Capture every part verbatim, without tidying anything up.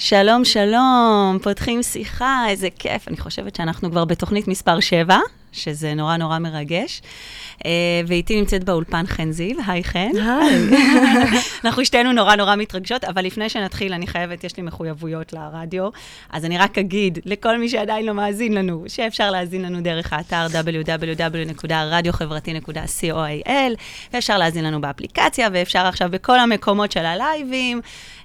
שלום, שלום, פותחים שיחה, איזה כיף. אני חושבת שאנחנו כבר בתוכנית מספר שבע, שזה נורא נורא מרגש. ואיתי נמצאת באולפן חן זיו. היי חן. היי. אנחנו שתינו נורא נורא מתרגשות, אבל לפני שנתחיל, אני חייבת, יש לי מחויבויות לרדיו, אז אני רק אגיד לכל מי שעדיין לא מאזין לנו, שאפשר להאזין לנו דרך האתר דאבליו דאבליו דאבליו נקודה רדיו חברתי נקודה קו איי אל, ואפשר להאזין לנו באפליקציה, ואפשר עכשיו בכל המקומות של הלייבים.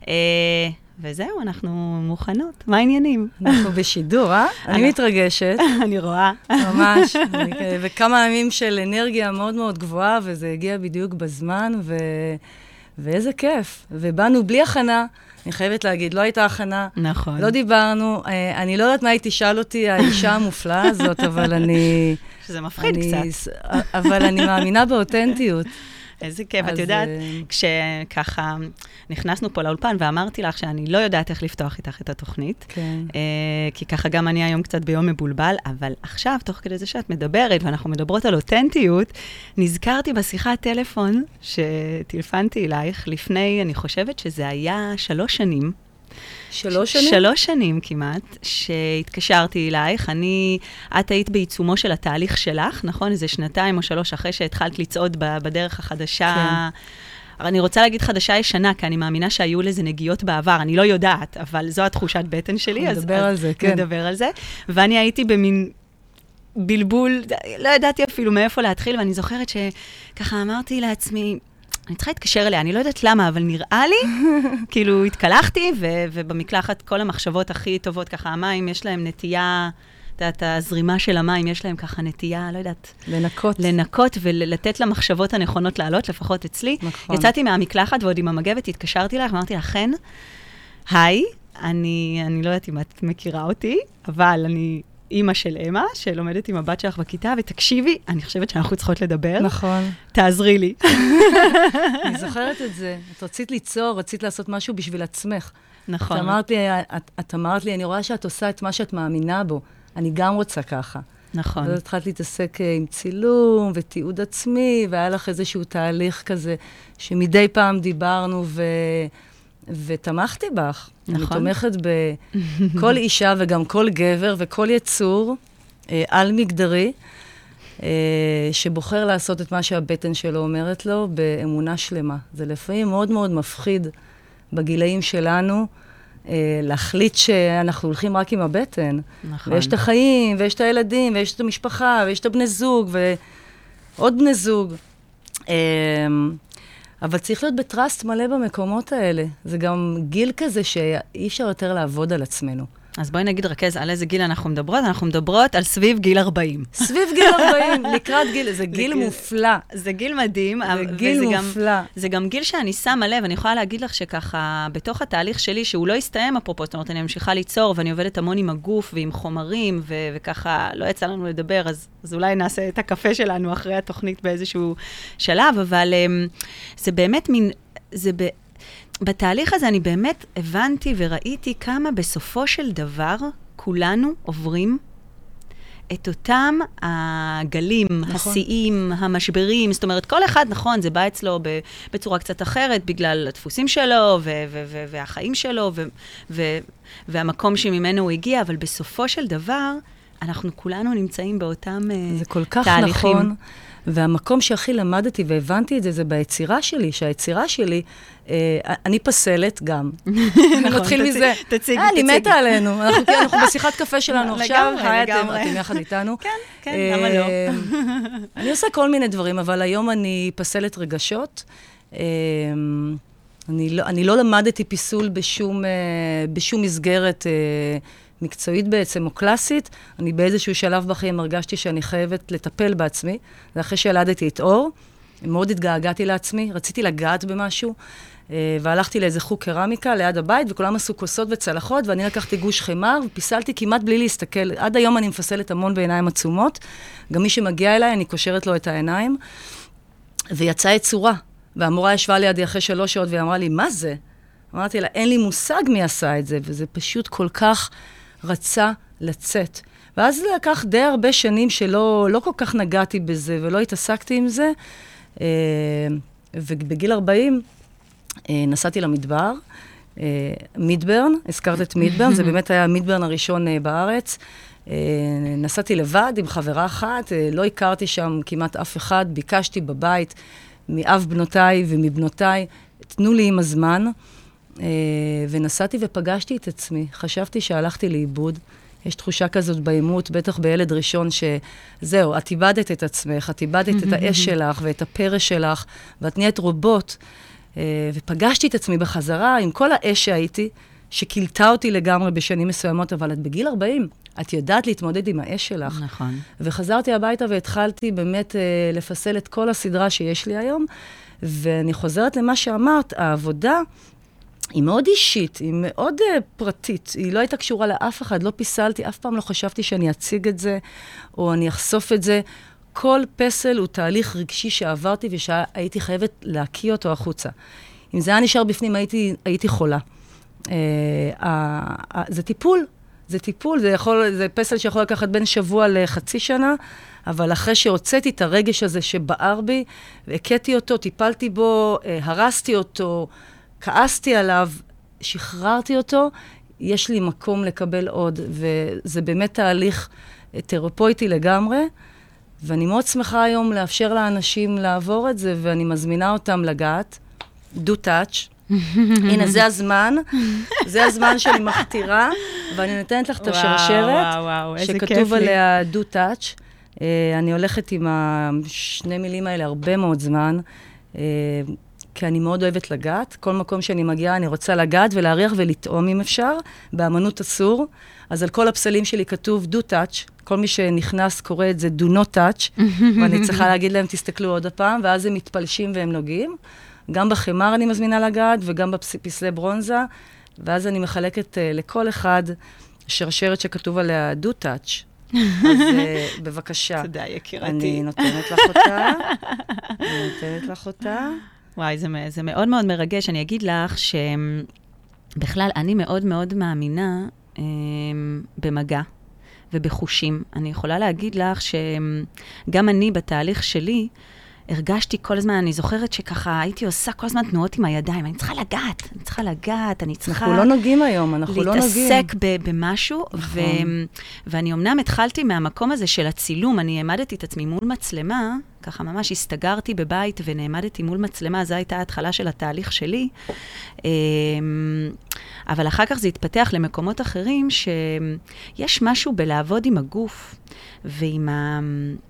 וזהו, אנחנו מוכנות. מה העניינים? אנחנו בשידור, אה? אני מתרגשת. אני רואה. ממש. וכמה ימים של אנרגיה מאוד מאוד גבוהה, וזה הגיע בדיוק בזמן, ואיזה כיף. ובאנו בלי הכנה, אני חייבת להגיד, לא הייתה הכנה. נכון. לא דיברנו. אני לא יודעת מה היא תשאל אותי, האישה המופלאה הזאת, אבל אני... שזה מפחיד קצת. אבל אני מאמינה באותנטיות. איזה כיף, את יודעת, כשככה נכנסנו פה לאולפן ואמרתי לך שאני לא יודעת איך לפתוח איתך את התוכנית, כי ככה גם אני היום קצת ביום מבולבל, אבל עכשיו, תוך כדי זה שאת מדברת, ואנחנו מדברות על אותנטיות, נזכרתי בשיחת טלפון שטלפנתי אלייך לפני, אני חושבת שזה היה שלוש שנים, שלוש שנים? שלוש שנים כמעט, שהתקשרתי אלייך. אני, את היית בעיצומו של התהליך שלך, נכון? איזה שנתיים או שלוש אחרי שהתחלת לצעוד בדרך החדשה. כן. אני רוצה להגיד חדשה ישנה, כי אני מאמינה שהיו לזה נגיעות בעבר. אני לא יודעת, אבל זו התחושת בטן שלי. אז, נדבר אז, על זה, כן. נדבר על זה. ואני הייתי במין בלבול, לא ידעתי אפילו מאיפה להתחיל, ואני זוכרת שככה אמרתי לעצמי, אני צריכה להתקשר אליה, אני לא יודעת למה, אבל נראה לי, כאילו התקלחתי, ו- ובמקלחת כל המחשבות הכי טובות, ככה המים, יש להם נטייה, את הזרימה של המים, יש להם ככה נטייה, לא יודעת. לנקות. לנקות ולתת למחשבות הנכונות לעלות, לפחות אצלי. נכון. יצאתי מהמקלחת, ועוד עם המגבת, התקשרתי לך, אמרתי לה, חן, היי, אני, אני לא יודעת אם את מכירה אותי, אבל אני... אימא של אמא, שלומדת עם הבת שלך בכיתה, ותקשיבי, אני חושבת שאנחנו צריכות לדבר. נכון. תעזרי לי. אני זוכרת את זה. את רצית ליצור, רצית לעשות משהו בשביל עצמך. נכון. את אמרת לי, את, את אמרת לי, אני רואה שאת עושה את מה שאת מאמינה בו. אני גם רוצה ככה. נכון. אז התחלת להתעסק עם צילום ותיעוד עצמי, והיה לך איזשהו תהליך כזה, שמדי פעם דיברנו ו... ותמכתי בך. נכון. אני תומכת בכל אישה וגם כל גבר וכל יצור אה, על מגדרי, אה, שבוחר לעשות את מה שהבטן שלו אומרת לו באמונה שלמה. זה לפעמים מאוד מאוד מפחיד בגילאים שלנו, אה, להחליט שאנחנו הולכים רק עם הבטן. נכון. ויש את החיים, ויש את הילדים, ויש את המשפחה, ויש את הבני זוג, ועוד בני זוג. אה, אבל צריך להיות בטרסט מלא במקומות האלה. זה גם גיל כזה שאי אפשר יותר לעבוד על עצמנו. אז בואי נגיד רכז על איזה גיל אנחנו מדברות. אנחנו מדברות על סביב גיל ארבעים. סביב גיל ארבעים, לקראת גיל, זה גיל מופלא. זה גיל מדהים. זה גיל מופלא. זה גם גיל שאני שמה לב, אני יכולה להגיד לך שככה, בתוך התהליך שלי, שהוא לא הסתיים אפרופו, זאת אומרת, אני ממשיכה ליצור, ואני עובדת המון עם הגוף ועם חומרים, וככה לא יצא לנו לדבר, אז אולי נעשה את הקפה שלנו אחרי התוכנית באיזשהו שלב, אבל זה באמת מין, זה ב... בתהליך הזה אני באמת הבנתי וראיתי כמה בסופו של דבר כולנו עוברים את אותם הגלים, נכון. השיאים, המשברים, זאת אומרת, כל אחד, נכון, זה בא אצלו בצורה קצת אחרת, בגלל הדפוסים שלו, ו- ו- ו- והחיים שלו, ו- ו- והמקום שממנו הוא הגיע, אבל בסופו של דבר, אנחנו כולנו נמצאים באותם תהליכים. זה כל כך נכון. והמקום שהכי למדתי והבנתי את זה, זה ביצירה שלי, שהיצירה שלי, אה, אני פסלת גם. נתחיל מזה. תציגי, תציגי. אני מתה עלינו. אנחנו בשיחת קפה שלנו עכשיו. לגמרי, לגמרי. אתם יחד איתנו. כן, כן, למה לא? אני עושה כל מיני דברים, אבל היום אני פסלת רגשות. אני לא למדתי פיסול בשום מסגרת מקצועית בעצם, או קלאסית. אני באיזשהו שלב בחיים הרגשתי שאני חייבת לטפל בעצמי. זה אחרי שילדתי את אור. מאוד התגעגעתי לעצמי, רציתי לגעת במשהו, והלכתי לאיזה חוג קרמיקה ליד הבית, וכולם עשו כוסות וצלחות, ואני לקחתי גוש חמר, ופיסלתי כמעט בלי להסתכל. עד היום אני מפסלת המון בעיניים עצומות. גם מי שמגיע אליי, אני קושרת לו את העיניים, ויצאה צורה. והמורה ישבה לידי אחרי שלוש שעות, והיא אמרה לי, מה זה? אמרתי לה, אין לי מושג מי עשה את זה, וזה פשוט כל כך רצה לצאת. ואז זה לקח די הרבה שנים שלא לא כל כך נגעתי בזה, ולא התעסקתי עם זה. ובגיל ארבעים נסעתי למדבר, מידברן, הזכרת את מידברן, זה באמת היה המידברן הראשון בארץ. נסעתי לבד עם חברה אחת, לא הכרתי שם כמעט אף אחד, ביקשתי בבית מאב בנותיי ומבנותיי, תנו לי עם הזמן, ונסעתי ופגשתי את עצמי. חשבתי שהלכתי לאיבוד. יש תחושה כזאת באימות, בטח בילד ראשון, שזהו, את איבדת את עצמך, את איבדת את האש שלך ואת הפרש שלך, ואת נהיית רובוט. ופגשתי את עצמי בחזרה עם כל האש שהייתי, שקילתה אותי לגמרי בשנים מסוימות, אבל את בגיל ארבעים, את יודעת להתמודד עם האש שלך. נכון. וחזרתי הביתה והתחלתי באמת לפסל את כל הסדרה שיש לי היום, ואני חוזרת למה שאמרת, העבודה היא מאוד אישית, היא מאוד uh, פרטית, היא לא הייתה קשורה לאף אחד, לא פיסלתי, אף פעם לא חשבתי שאני אציג את זה, או אני אחשוף את זה. כל פסל הוא תהליך רגשי שעברתי ושהייתי חייבת להקיא אותו החוצה. אם זה היה נשאר בפנים, הייתי, הייתי חולה. Uh, uh, uh, זה טיפול, זה טיפול, זה, יכול, זה פסל שיכול לקחת בין שבוע לחצי שנה, אבל אחרי שהוצאתי את הרגש הזה שבער בי, והקאתי אותו, טיפלתי בו, uh, הרסתי אותו, כעסתי עליו, שחררתי אותו, יש לי מקום לקבל עוד, וזה באמת תהליך תרפויטי לגמרי, ואני מאוד שמחה היום לאפשר לאנשים לעבור את זה, ואני מזמינה אותם לגעת, do touch. הנה, זה הזמן, זה הזמן שאני מכתירה, ואני נותנת לך את השרשרת, שכתוב עליה do touch. אני הולכת עם השני מילים האלה הרבה מאוד זמן, כי אני מאוד אוהבת לגעת. כל מקום שאני מגיעה, אני רוצה לגעת ולהריח ולטעום אם אפשר. באמנות אסור. אז על כל הפסלים שלי כתוב do touch. כל מי שנכנס קורא את זה do not touch. ואני צריכה להגיד להם, תסתכלו עוד הפעם, ואז הם מתפלשים והם נוגעים. גם בחמר אני מזמינה לגעת, וגם בפסלי ברונזה. ואז אני מחלקת uh, לכל אחד שרשרת שכתוב עליה do touch. אז uh, בבקשה. תודה, יקירתי. אני נותנת לך אותה. אני נותנת לך אותה. וואי, זה, זה מאוד מאוד מרגש. אני אגיד לך שבכלל, אני מאוד מאוד מאמינה אה, במגע ובחושים. אני יכולה להגיד לך שגם אני בתהליך שלי, הרגשתי כל הזמן, אני זוכרת שככה הייתי עושה כל הזמן תנועות עם הידיים, אני צריכה לגעת, אני צריכה לגעת, אני צריכה... אנחנו לא נוגעים היום, אנחנו לא נוגעים. להתעסק במשהו, ו... ואני אמנם התחלתי מהמקום הזה של הצילום, אני העמדתי את עצמי מול מצלמה, ככה ממש הסתגרתי בבית ונעמדתי מול מצלמה, זו הייתה ההתחלה של התהליך שלי, אבל אחר כך זה התפתח למקומות אחרים, שיש משהו בלעבוד עם הגוף, ועם ה...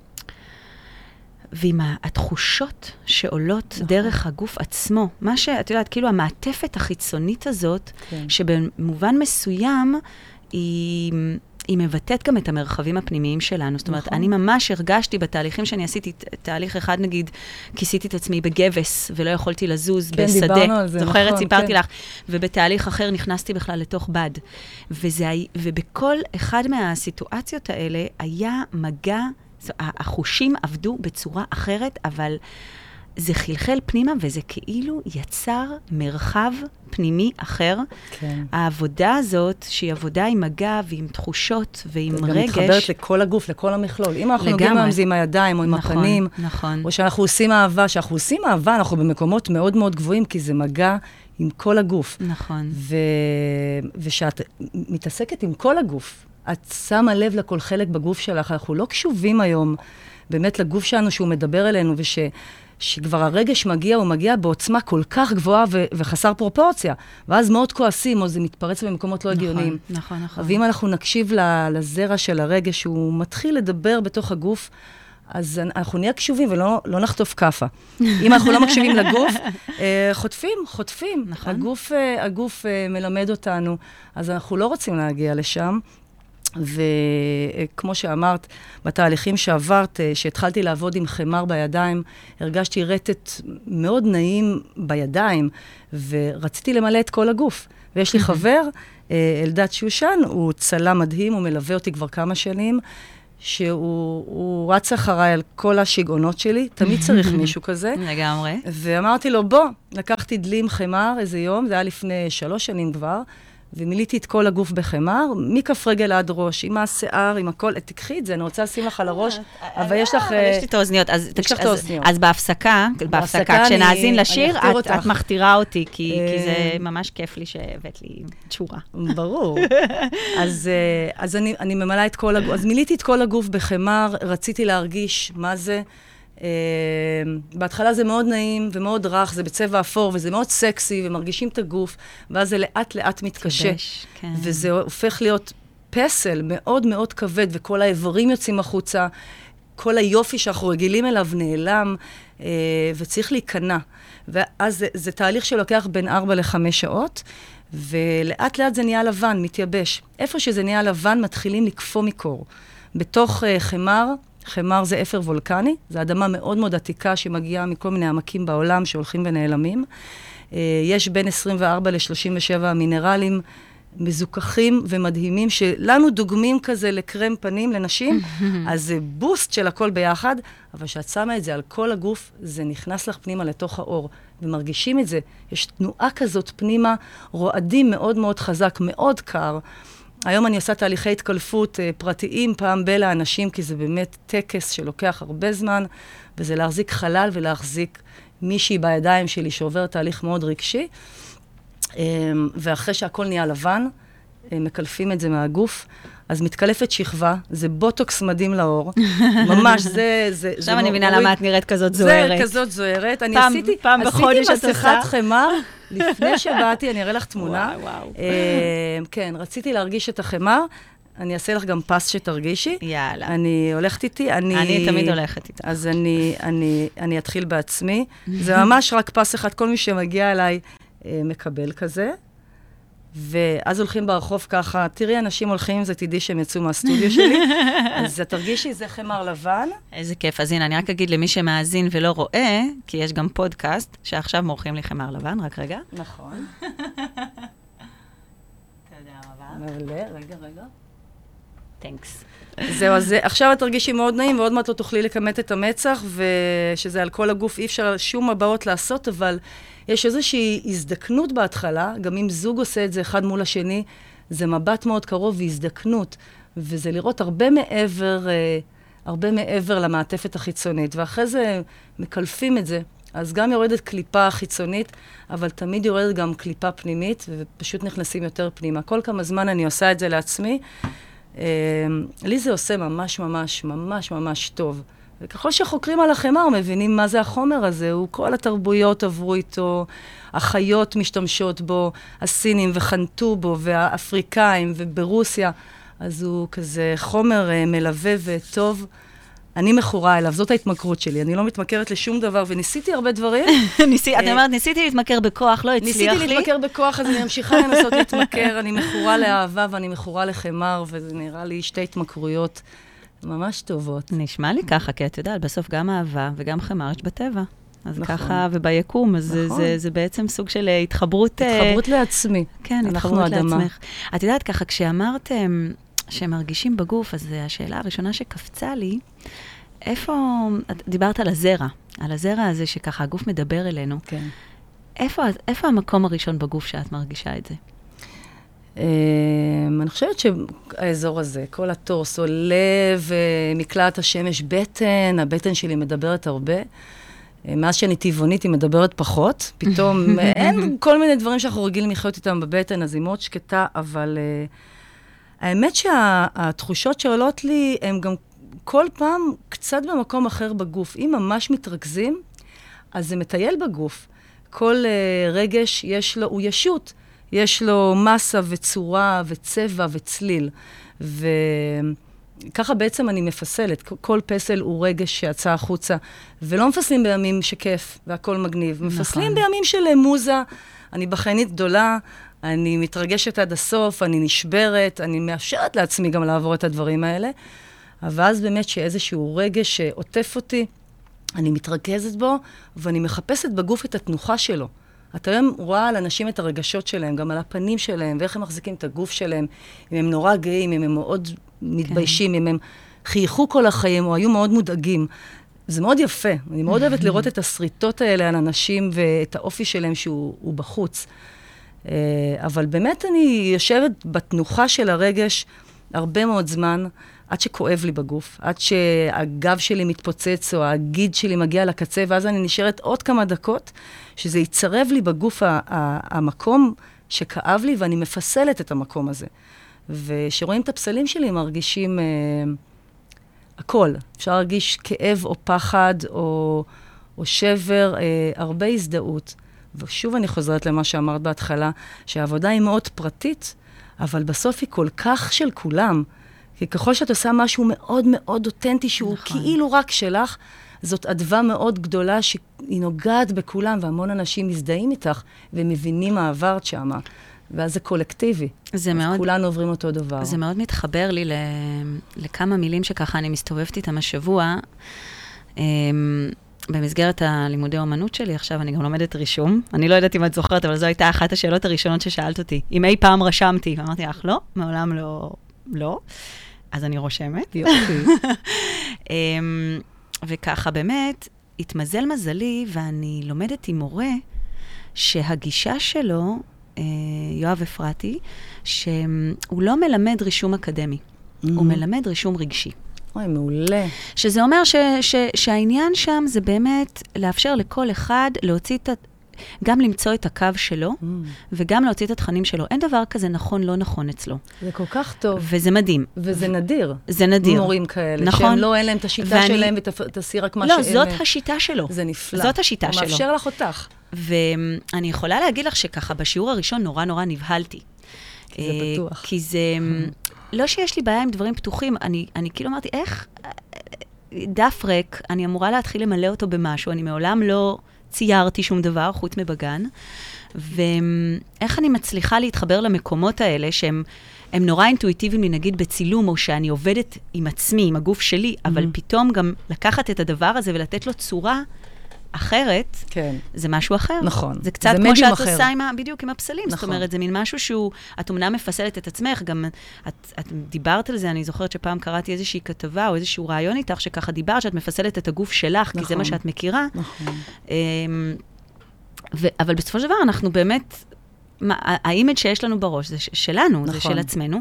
ועם התחושות שעולות נכון. דרך הגוף עצמו. מה שאת יודעת, כאילו המעטפת החיצונית הזאת, כן. שבמובן מסוים היא, היא מבטאת גם את המרחבים הפנימיים שלנו. זאת אומרת, נכון. אני ממש הרגשתי בתהליכים שאני עשיתי, תהליך אחד נגיד, כיסיתי את עצמי בגבס, ולא יכולתי לזוז כן, בשדה. דיברנו על זה, זוכרת, נכון, סיפרתי כן. לך. ובתהליך אחר נכנסתי בכלל לתוך בד. וזה, ובכל אחד מהסיטואציות האלה היה מגע, החושים עבדו בצורה אחרת, אבל זה חלחל פנימה, וזה כאילו יצר מרחב פנימי אחר. כן. העבודה הזאת, שהיא עבודה עם מגע ועם תחושות ועם רגש. גם מתחברת לכל הגוף, לכל המכלול. אם אנחנו נוגעים היום זה עם הידיים או עם נכון, הפנים, נכון. או שאנחנו עושים אהבה, שאנחנו עושים אהבה, אנחנו במקומות מאוד מאוד גבוהים, כי זה מגע עם כל הגוף. נכון. ו... ושאת מתעסקת עם כל הגוף. את שמה לב לכל חלק בגוף שלך, אנחנו לא קשובים היום באמת לגוף שלנו שהוא מדבר אלינו, וש, שכבר הרגש מגיע, הוא מגיע בעוצמה כל כך גבוהה ו, וחסר פרופורציה, ואז מאוד כועסים, או זה מתפרץ במקומות לא הגיוניים. נכון, נכון, נכון. ואם אנחנו נקשיב לזרע של הרגש, שהוא מתחיל לדבר בתוך הגוף, אז אנחנו נהיה קשובים ולא לא נחטוף כפה. אם אנחנו לא מקשיבים לגוף, חוטפים, חוטפים. נכון. הגוף, הגוף מלמד אותנו, אז אנחנו לא רוצים להגיע לשם. וכמו שאמרת, בתהליכים שעברת, שהתחלתי לעבוד עם חמר בידיים, הרגשתי רטט מאוד נעים בידיים, ורציתי למלא את כל הגוף. ויש לי חבר, אלדד שושן, הוא צלם מדהים, הוא מלווה אותי כבר כמה שנים, שהוא רץ אחריי על כל השגעונות שלי, תמיד צריך מישהו כזה. לגמרי. ואמרתי לו, בוא, לקחתי דלי עם חמר איזה יום, זה היה לפני שלוש שנים כבר, ומיליתי את כל הגוף בחמר, מכף רגל עד ראש, עם השיער, עם הכל, תקחי את זה, אני רוצה לשים לך על הראש, אבל יש לך... יש לי את האוזניות. יש לך את האוזניות. אז בהפסקה, בהפסקה, כשנאזין לשיר, את מכתירה אותי, כי זה ממש כיף לי שהבאת לי תשורה. ברור. אז אני ממלאה את כל הגוף, אז מיליתי את כל הגוף בחמר, רציתי להרגיש מה זה. בהתחלה זה מאוד נעים ומאוד רך, זה בצבע אפור, וזה מאוד סקסי, ומרגישים את הגוף, ואז זה לאט לאט מתקשה. וזה הופך להיות פסל מאוד מאוד כבד, וכל האיברים יוצאים החוצה, כל היופי שאנחנו רגילים אליו נעלם, וצריך להיכנע. ואז זה, זה תהליך שלוקח בין ארבע לחמש שעות, ולאט לאט זה נהיה לבן, מתייבש. איפה שזה נהיה לבן, מתחילים לקפוא מקור. בתוך uh, חמר, חמר זה אפר וולקני, זו אדמה מאוד מאוד עתיקה שמגיעה מכל מיני עמקים בעולם שהולכים ונעלמים. Uh, יש בין עשרים וארבע ל-שלושים ושבע מינרלים מזוכחים ומדהימים, שלנו דוגמים כזה לקרם פנים לנשים, אז זה בוסט של הכל ביחד, אבל כשאת שמה את זה על כל הגוף, זה נכנס לך פנימה לתוך האור, ומרגישים את זה. יש תנועה כזאת פנימה, רועדים מאוד מאוד חזק, מאוד קר. היום אני עושה תהליכי התקלפות uh, פרטיים פעם ב לאנשים, כי זה באמת טקס שלוקח הרבה זמן, וזה להחזיק חלל ולהחזיק מישהי בידיים שלי שעובר תהליך מאוד רגשי. Um, ואחרי שהכל נהיה לבן, um, מקלפים את זה מהגוף, אז מתקלפת שכבה, זה בוטוקס מדהים לאור. ממש, זה... זה עכשיו אני מבינה למה את נראית כזאת זוהרת. זה כזאת זוהרת. אני עשיתי, עשיתי מסכת חמר, לפני שבאתי, אני אראה לך תמונה. וואו, וואו. Uh, כן, רציתי להרגיש את החמר, אני אעשה לך גם פס שתרגישי. יאללה. אני הולכת איתי, אני... אני תמיד הולכת איתך. אז אני, אני, אני אתחיל בעצמי. זה ממש רק פס אחד, כל מי שמגיע אליי מקבל כזה. ואז הולכים ברחוב ככה, תראי, אנשים הולכים עם זה, תדעי שהם יצאו מהסטודיו שלי. אז תרגישי, זה חמר לבן. איזה כיף. אז הנה, אני רק אגיד למי שמאזין ולא רואה, כי יש גם פודקאסט, שעכשיו מורחים לי חמר לבן, רק רגע. נכון. תודה רבה. מעולה, רגע, רגע. תנקס. זהו, אז עכשיו את תרגישי מאוד נעים, ועוד מעט לא תוכלי לכמת את המצח, ושזה על כל הגוף, אי אפשר שום הבאות לעשות, אבל יש איזושהי הזדקנות בהתחלה, גם אם זוג עושה את זה אחד מול השני, זה מבט מאוד קרוב והזדקנות, וזה לראות הרבה מעבר, הרבה מעבר למעטפת החיצונית, ואחרי זה מקלפים את זה. אז גם יורדת קליפה חיצונית, אבל תמיד יורדת גם קליפה פנימית, ופשוט נכנסים יותר פנימה. כל כמה זמן אני עושה את זה לעצמי, לי זה עושה ממש ממש ממש ממש טוב. וככל שחוקרים על החמר, מבינים מה זה החומר הזה, הוא כל התרבויות עברו איתו, החיות משתמשות בו, הסינים וחנתו בו, והאפריקאים וברוסיה, אז הוא כזה חומר מלווה וטוב. אני מכורה אליו, זאת ההתמכרות שלי, אני לא מתמכרת לשום דבר, וניסיתי הרבה דברים. את אומרת, ניסיתי להתמכר בכוח, לא הצליח לי. ניסיתי להתמכר בכוח, אז אני ממשיכה לנסות להתמכר, אני מכורה לאהבה ואני מכורה לחמר, וזה נראה לי שתי התמכרויות ממש טובות. נשמע לי ככה, כי את יודעת, בסוף גם אהבה וגם חמר יש בטבע. אז ככה, וביקום, אז זה בעצם סוג של התחברות... התחברות לעצמי. כן, התחברות לעצמך. את יודעת, ככה, כשאמרתם שהם מרגישים בגוף, אז השאלה הראשונה שקפצה לי, איפה, דיברת על הזרע, על הזרע הזה שככה הגוף מדבר אלינו. כן. איפה, איפה המקום הראשון בגוף שאת מרגישה את זה? אני חושבת שהאזור הזה, כל הטורסו, לב, מקלעת השמש, בטן, הבטן שלי מדברת הרבה. מאז שאני טבעונית היא מדברת פחות. פתאום אין כל מיני דברים שאנחנו רגילים לחיות איתם בבטן, אז היא מאוד שקטה, אבל האמת שהתחושות שעולות לי הן גם כל פעם קצת במקום אחר בגוף. אם ממש מתרכזים, אז זה מטייל בגוף. כל רגש יש לו, הוא ישות. יש לו מסה וצורה וצבע וצליל. וככה בעצם אני מפסלת. כל פסל הוא רגש שיצא החוצה. ולא מפסלים בימים שכיף והכל מגניב. מפסלים בימים של מוזה. אני בחנית גדולה, אני מתרגשת עד הסוף, אני נשברת, אני מאפשרת לעצמי גם לעבור את הדברים האלה. אבל אז באמת שאיזשהו רגש שעוטף אותי, אני מתרכזת בו, ואני מחפשת בגוף את התנוחה שלו. אתה היום רואה על אנשים את הרגשות שלהם, גם על הפנים שלהם, ואיך הם מחזיקים את הגוף שלהם, אם הם נורא גאים, אם הם מאוד מתביישים, אם הם חייכו כל החיים, או היו מאוד מודאגים. זה מאוד יפה. אני מאוד אוהבת לראות את הסריטות האלה על אנשים, ואת האופי שלהם שהוא בחוץ. אבל באמת אני יושבת בתנוחה של הרגש הרבה מאוד זמן, עד שכואב לי בגוף, עד שהגב שלי מתפוצץ, או הגיד שלי מגיע לקצה, ואז אני נשארת עוד כמה דקות, שזה יצרב לי בגוף המקום שכאב לי, ואני מפסלת את המקום הזה. ושרואים את הפסלים שלי, מרגישים אה, הכל. אפשר להרגיש כאב או פחד, או, או שבר, אה, הרבה הזדהות. ושוב אני חוזרת למה שאמרת בהתחלה, שהעבודה היא מאוד פרטית, אבל בסוף היא כל כך של כולם. כי ככל שאת עושה משהו מאוד מאוד אותנטי, שהוא נכון. כאילו רק שלך, זאת אדווה מאוד גדולה שהיא נוגעת בכולם, והמון אנשים מזדהים איתך, ומבינים מה עברת שמה. ואז זה קולקטיבי. זה מאוד... כולנו עוברים אותו דבר. זה מאוד מתחבר לי ל... לכמה מילים שככה אני מסתובבת איתם השבוע. במסגרת הלימודי האומנות שלי, עכשיו אני גם לומדת רישום. אני לא יודעת אם את זוכרת, אבל זו הייתה אחת השאלות הראשונות ששאלת אותי. אם אי פעם רשמתי, ואמרתי לך, לא, מעולם לא, לא. אז אני רושמת. יופי. וככה באמת, התמזל מזלי, ואני לומדת עם מורה, שהגישה שלו, יואב אפרתי, שהוא לא מלמד רישום אקדמי, הוא מלמד רישום רגשי. אוי, מעולה. שזה אומר ש, ש, שהעניין שם זה באמת לאפשר לכל אחד להוציא את, גם למצוא את הקו שלו, mm. וגם להוציא את התכנים שלו. אין דבר כזה נכון, לא נכון אצלו. זה כל כך טוב. וזה מדהים. וזה נדיר. זה נדיר. מורים כאלה. נכון. שהם לא, אין להם את השיטה ואני... שלהם, ותעשי רק מה לא, שהם... לא, זאת השיטה שלו. זה נפלא. זאת השיטה שלו. הוא מאפשר לך אותך. ואני יכולה להגיד לך שככה, בשיעור הראשון נורא נורא נבהלתי. כי זה פתוח. כי זה... לא שיש לי בעיה עם דברים פתוחים, אני, אני כאילו אמרתי, איך דף ריק, אני אמורה להתחיל למלא אותו במשהו, אני מעולם לא ציירתי שום דבר, חוץ מבגן, ואיך אני מצליחה להתחבר למקומות האלה, שהם הם נורא אינטואיטיביים לי, נגיד בצילום, או שאני עובדת עם עצמי, עם הגוף שלי, אבל פתאום גם לקחת את הדבר הזה ולתת לו צורה, אחרת, כן. זה משהו אחר. נכון. זה קצת זה כמו שאת אחר. עושה עם ה, בדיוק עם הפסלים. נכון. זאת אומרת, זה מין משהו שהוא, את אומנם מפסלת את עצמך, גם את, את דיברת על זה, אני זוכרת שפעם קראתי איזושהי כתבה, או איזשהו רעיון איתך, שככה דיברת, שאת מפסלת את הגוף שלך, נכון. כי זה מה שאת מכירה. נכון. ו, אבל בסופו של דבר, אנחנו באמת, מה, האימג' שיש לנו בראש, זה שלנו, נכון. זה של עצמנו.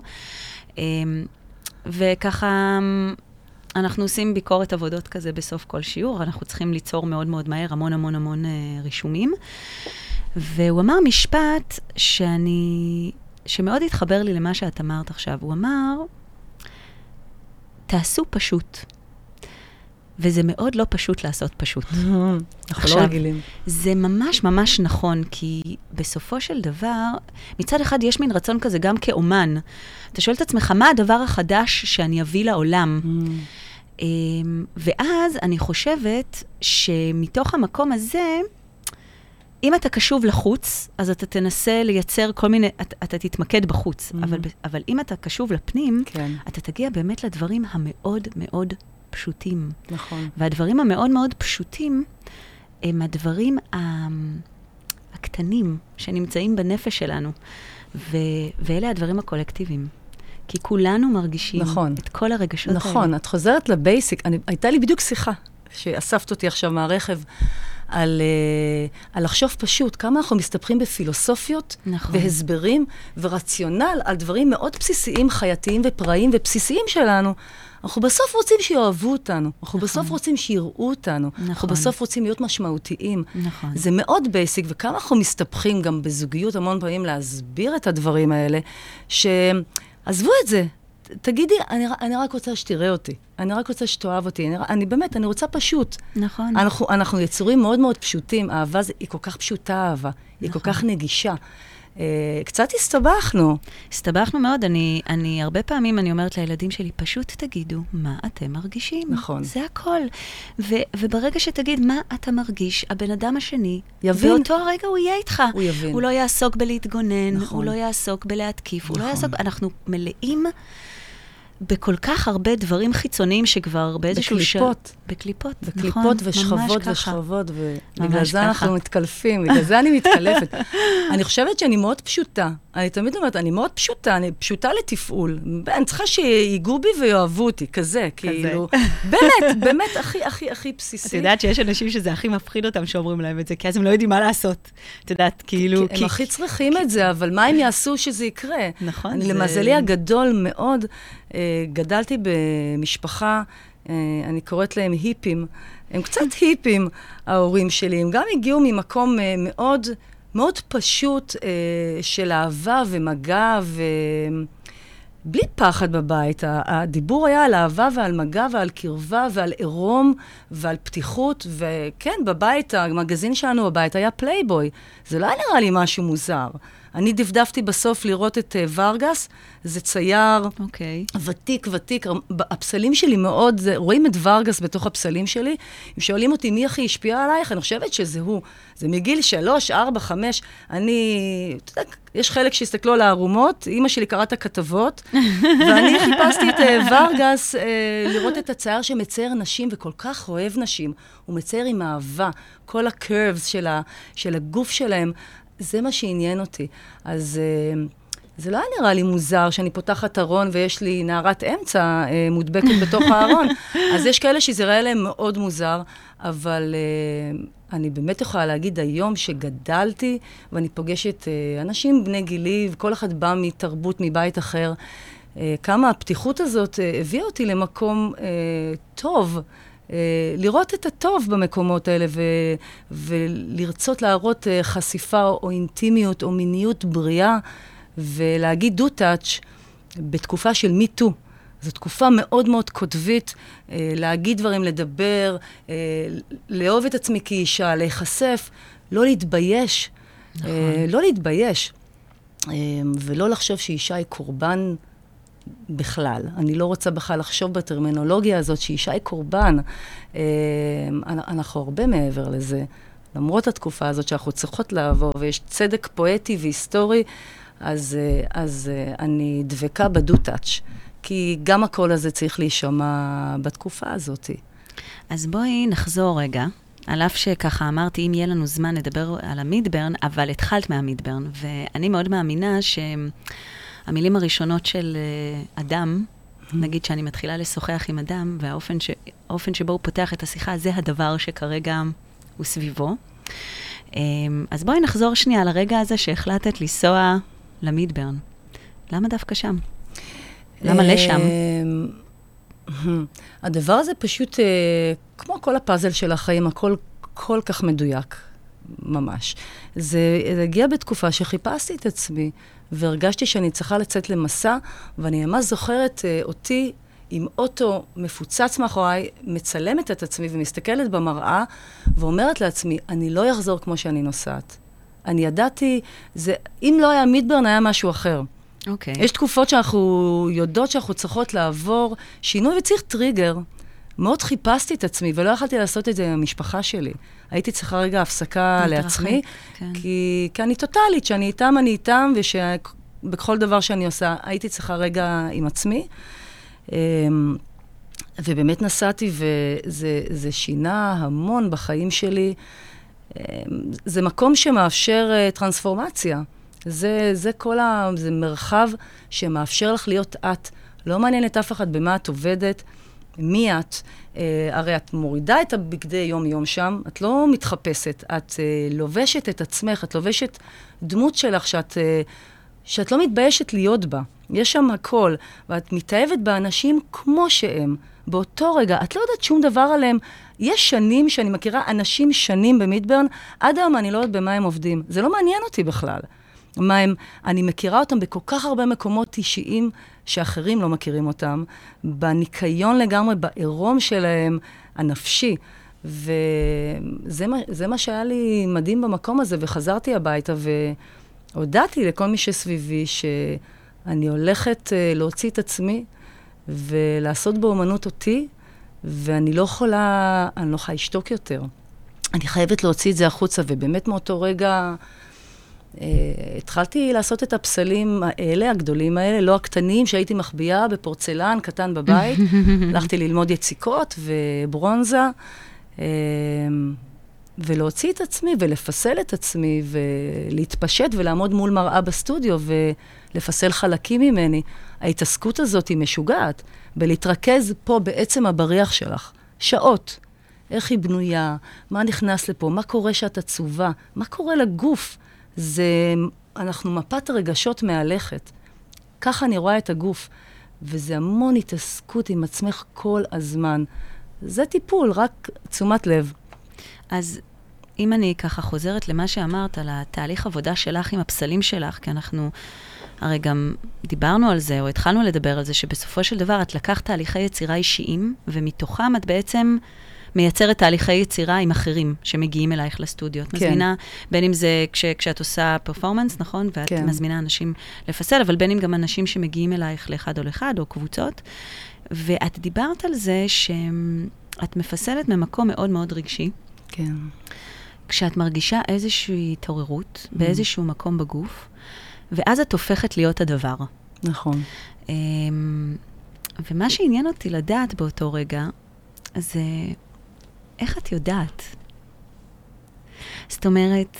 וככה... אנחנו עושים ביקורת עבודות כזה בסוף כל שיעור, אנחנו צריכים ליצור מאוד מאוד מהר, המון המון המון אה, רישומים. והוא אמר משפט שאני, שמאוד התחבר לי למה שאת אמרת עכשיו. הוא אמר, תעשו פשוט. וזה מאוד לא פשוט לעשות פשוט. אנחנו לא רגילים. זה ממש ממש נכון, כי בסופו של דבר, מצד אחד יש מין רצון כזה גם כאומן. אתה שואל את עצמך, מה הדבר החדש שאני אביא לעולם? ואז אני חושבת שמתוך המקום הזה, אם אתה קשוב לחוץ, אז אתה תנסה לייצר כל מיני, אתה, אתה תתמקד בחוץ. אבל, אבל אם אתה קשוב לפנים, כן. אתה תגיע באמת לדברים המאוד מאוד פשוטים. נכון. והדברים המאוד מאוד פשוטים, הם הדברים הקטנים שנמצאים בנפש שלנו. ו- ואלה הדברים הקולקטיביים. כי כולנו מרגישים נכון. את כל הרגשות נכון, האלה. נכון, את חוזרת לבייסיק. אני, הייתה לי בדיוק שיחה שאספת אותי עכשיו מהרכב, על, uh, על לחשוב פשוט, כמה אנחנו מסתפרים בפילוסופיות, נכון. והסברים ורציונל על דברים מאוד בסיסיים, חייתיים ופראיים ובסיסיים שלנו. אנחנו בסוף רוצים שיאהבו אותנו, אנחנו נכון. בסוף רוצים שיראו אותנו, נכון. אנחנו בסוף רוצים להיות משמעותיים. נכון. זה מאוד בייסיק, וכמה אנחנו מסתפרים גם בזוגיות המון פעמים להסביר את הדברים האלה, שעזבו את זה. תגידי, אני, אני רק רוצה שתראה אותי. אני רק רוצה שתאהב אותי. אני, אני באמת, אני רוצה פשוט. נכון. אנחנו, אנחנו יצורים מאוד מאוד פשוטים. אהבה זה, היא כל כך פשוטה, אהבה. נכון. היא כל כך נגישה. Uh, קצת הסתבכנו. הסתבכנו מאוד. אני, אני, הרבה פעמים אני אומרת לילדים שלי, פשוט תגידו מה אתם מרגישים. נכון. זה הכל. ו, וברגע שתגיד מה אתה מרגיש, הבן אדם השני, יבין. באותו רגע הוא יהיה איתך. הוא יבין. הוא לא יעסוק בלהתגונן, נכון. הוא לא יעסוק בלהתקיף, נכון. הוא לא יעסוק, אנחנו מלאים בכל כך הרבה דברים חיצוניים שכבר באיזשהו של... בקליפות. בקליפות, בקליפות נכון, ושכבות ושכבות, ובגלל זה אנחנו מתקלפים, בגלל זה אני מתקלפת. אני חושבת שאני מאוד פשוטה. אני תמיד אומרת, אני מאוד פשוטה, אני פשוטה לתפעול. אני צריכה שיגעו בי ויאהבו אותי, כזה, כאילו. באמת, באמת, הכי, הכי, הכי בסיסי. את יודעת שיש אנשים שזה הכי מפחיד אותם שאומרים להם את זה, כי אז הם לא יודעים מה לעשות. את יודעת, כאילו... הם הכי צריכים את זה, אבל מה הם יעשו שזה יקרה? נכון. אני למזלי הגדול מאוד, גדלתי במשפחה, אני קוראת להם היפים, הם קצת היפים, ההורים שלי, הם גם הגיעו ממקום מאוד, מאוד פשוט של אהבה ומגע, ובלי פחד בבית. הדיבור היה על אהבה ועל מגע ועל קרבה ועל עירום ועל פתיחות, וכן, בבית, המגזין שלנו בבית היה פלייבוי. זה לא היה נראה לי משהו מוזר. אני דפדפתי בסוף לראות את uh, ורגס, זה צייר okay. ותיק, ותיק. הפסלים שלי מאוד, זה, רואים את ורגס בתוך הפסלים שלי. אם שואלים אותי מי הכי השפיע עלייך, אני חושבת שזה הוא. זה מגיל שלוש, ארבע, חמש. אני, אתה יודע, יש חלק שהסתכלו על הערומות, אמא שלי קראת הכתבות, ואני חיפשתי את uh, ורגס uh, לראות את הצייר שמצייר נשים, וכל כך אוהב נשים. הוא מצייר עם אהבה, כל הקרבס של, ה, של הגוף שלהם. זה מה שעניין אותי. אז uh, זה לא היה נראה לי מוזר שאני פותחת ארון ויש לי נערת אמצע uh, מודבקת בתוך הארון. אז יש כאלה שזה ראה להם מאוד מוזר, אבל uh, אני באמת יכולה להגיד היום שגדלתי, ואני פוגשת uh, אנשים בני גילי, וכל אחד בא מתרבות, מבית אחר. Uh, כמה הפתיחות הזאת uh, הביאה אותי למקום uh, טוב, Uh, לראות את הטוב במקומות האלה, ו- ולרצות להראות uh, חשיפה או, או אינטימיות או מיניות בריאה, ולהגיד דו טאץ' בתקופה של מי טו. זו תקופה מאוד מאוד כותבית, uh, להגיד דברים, לדבר, uh, לאהוב את עצמי כאישה, להיחשף, לא להתבייש. נכון. Uh, לא להתבייש. Uh, ולא לחשוב שאישה היא קורבן בכלל. אני לא רוצה בכלל לחשוב בטרמינולוגיה הזאת שאישה היא קורבן. אנחנו הרבה מעבר לזה. למרות התקופה הזאת שאנחנו צריכות לעבור, ויש צדק פואטי והיסטורי, אז, אז אני דבקה בדו-טאץ', כי גם הקול הזה צריך להישמע בתקופה הזאת. אז בואי נחזור רגע. על אף שככה אמרתי, אם יהיה לנו זמן נדבר על המידברן, אבל התחלת מהמידברן, ואני מאוד מאמינה ש... המילים הראשונות של uh, אדם, נגיד שאני מתחילה לשוחח עם אדם, והאופן ש, האופן שבו הוא פותח את השיחה, זה הדבר שכרגע הוא סביבו. Um, אז בואי נחזור שנייה לרגע הזה שהחלטת לנסוע למידברן. למה דווקא שם? למה לשם? הדבר הזה פשוט, uh, כמו כל הפאזל של החיים, הכל כל כך מדויק, ממש. זה, זה הגיע בתקופה שחיפשתי את עצמי, והרגשתי שאני צריכה לצאת למסע, ואני ממש זוכרת uh, אותי עם אוטו מפוצץ מאחוריי, מצלמת את עצמי ומסתכלת במראה, ואומרת לעצמי, אני לא אחזור כמו שאני נוסעת. אני ידעתי, זה, אם לא היה מידברן, היה משהו אחר. אוקיי. יש תקופות שאנחנו יודעות שאנחנו צריכות לעבור שינוי, וצריך טריגר. מאוד חיפשתי את עצמי, ולא יכולתי לעשות את זה עם המשפחה שלי. הייתי צריכה רגע הפסקה לעצמי, כן. כי, כי אני טוטלית, שאני איתם, אני איתם, ושבכל דבר שאני עושה, הייתי צריכה רגע עם עצמי. ובאמת נסעתי, וזה זה שינה המון בחיים שלי. זה מקום שמאפשר טרנספורמציה. זה, זה כל ה... זה מרחב שמאפשר לך להיות את. לא מעניין את אף אחד במה את עובדת, מי את. Uh, הרי את מורידה את הבגדי יום-יום שם, את לא מתחפשת, את uh, לובשת את עצמך, את לובשת דמות שלך שאת, uh, שאת לא מתביישת להיות בה. יש שם הכל, ואת מתאהבת באנשים כמו שהם. באותו רגע, את לא יודעת שום דבר עליהם. יש שנים שאני מכירה אנשים שנים במידברן, עד היום אני לא יודעת במה הם עובדים. זה לא מעניין אותי בכלל. מה הם, אני מכירה אותם בכל כך הרבה מקומות אישיים שאחרים לא מכירים אותם, בניקיון לגמרי, בעירום שלהם, הנפשי. וזה מה, זה מה שהיה לי מדהים במקום הזה, וחזרתי הביתה והודעתי לכל מי שסביבי שאני הולכת להוציא את עצמי ולעשות באומנות אותי, ואני לא יכולה, אני לא יכולה לשתוק יותר. אני חייבת להוציא את זה החוצה, ובאמת מאותו רגע Uh, התחלתי לעשות את הפסלים האלה, הגדולים האלה, לא הקטנים שהייתי מחביאה בפורצלן קטן בבית. הלכתי ללמוד יציקות וברונזה, uh, ולהוציא את עצמי ולפסל את עצמי ולהתפשט ולעמוד מול מראה בסטודיו ולפסל חלקים ממני. ההתעסקות הזאת היא משוגעת, בלהתרכז פה בעצם הבריח שלך. שעות. איך היא בנויה, מה נכנס לפה, מה קורה שאת עצובה, מה קורה לגוף. זה, אנחנו מפת רגשות מהלכת. ככה אני רואה את הגוף. וזה המון התעסקות עם עצמך כל הזמן. זה טיפול, רק תשומת לב. אז אם אני ככה חוזרת למה שאמרת, על התהליך עבודה שלך עם הפסלים שלך, כי אנחנו הרי גם דיברנו על זה, או התחלנו לדבר על זה, שבסופו של דבר את לקחת תהליכי יצירה אישיים, ומתוכם את בעצם מייצרת תהליכי יצירה עם אחרים שמגיעים אלייך לסטודיו. את מזמינה, בין אם זה כש, כשאת עושה פרפורמנס, נכון? ואת כן. מזמינה אנשים לפסל, אבל בין אם גם אנשים שמגיעים אלייך לאחד או לאחד, או קבוצות. ואת דיברת על זה שאת מפסלת ממקום מאוד מאוד רגשי. כן. כשאת מרגישה איזושהי התעוררות, mm. באיזשהו מקום בגוף, ואז את הופכת להיות הדבר. נכון. ומה שעניין אותי לדעת באותו רגע, זה איך את יודעת? זאת אומרת,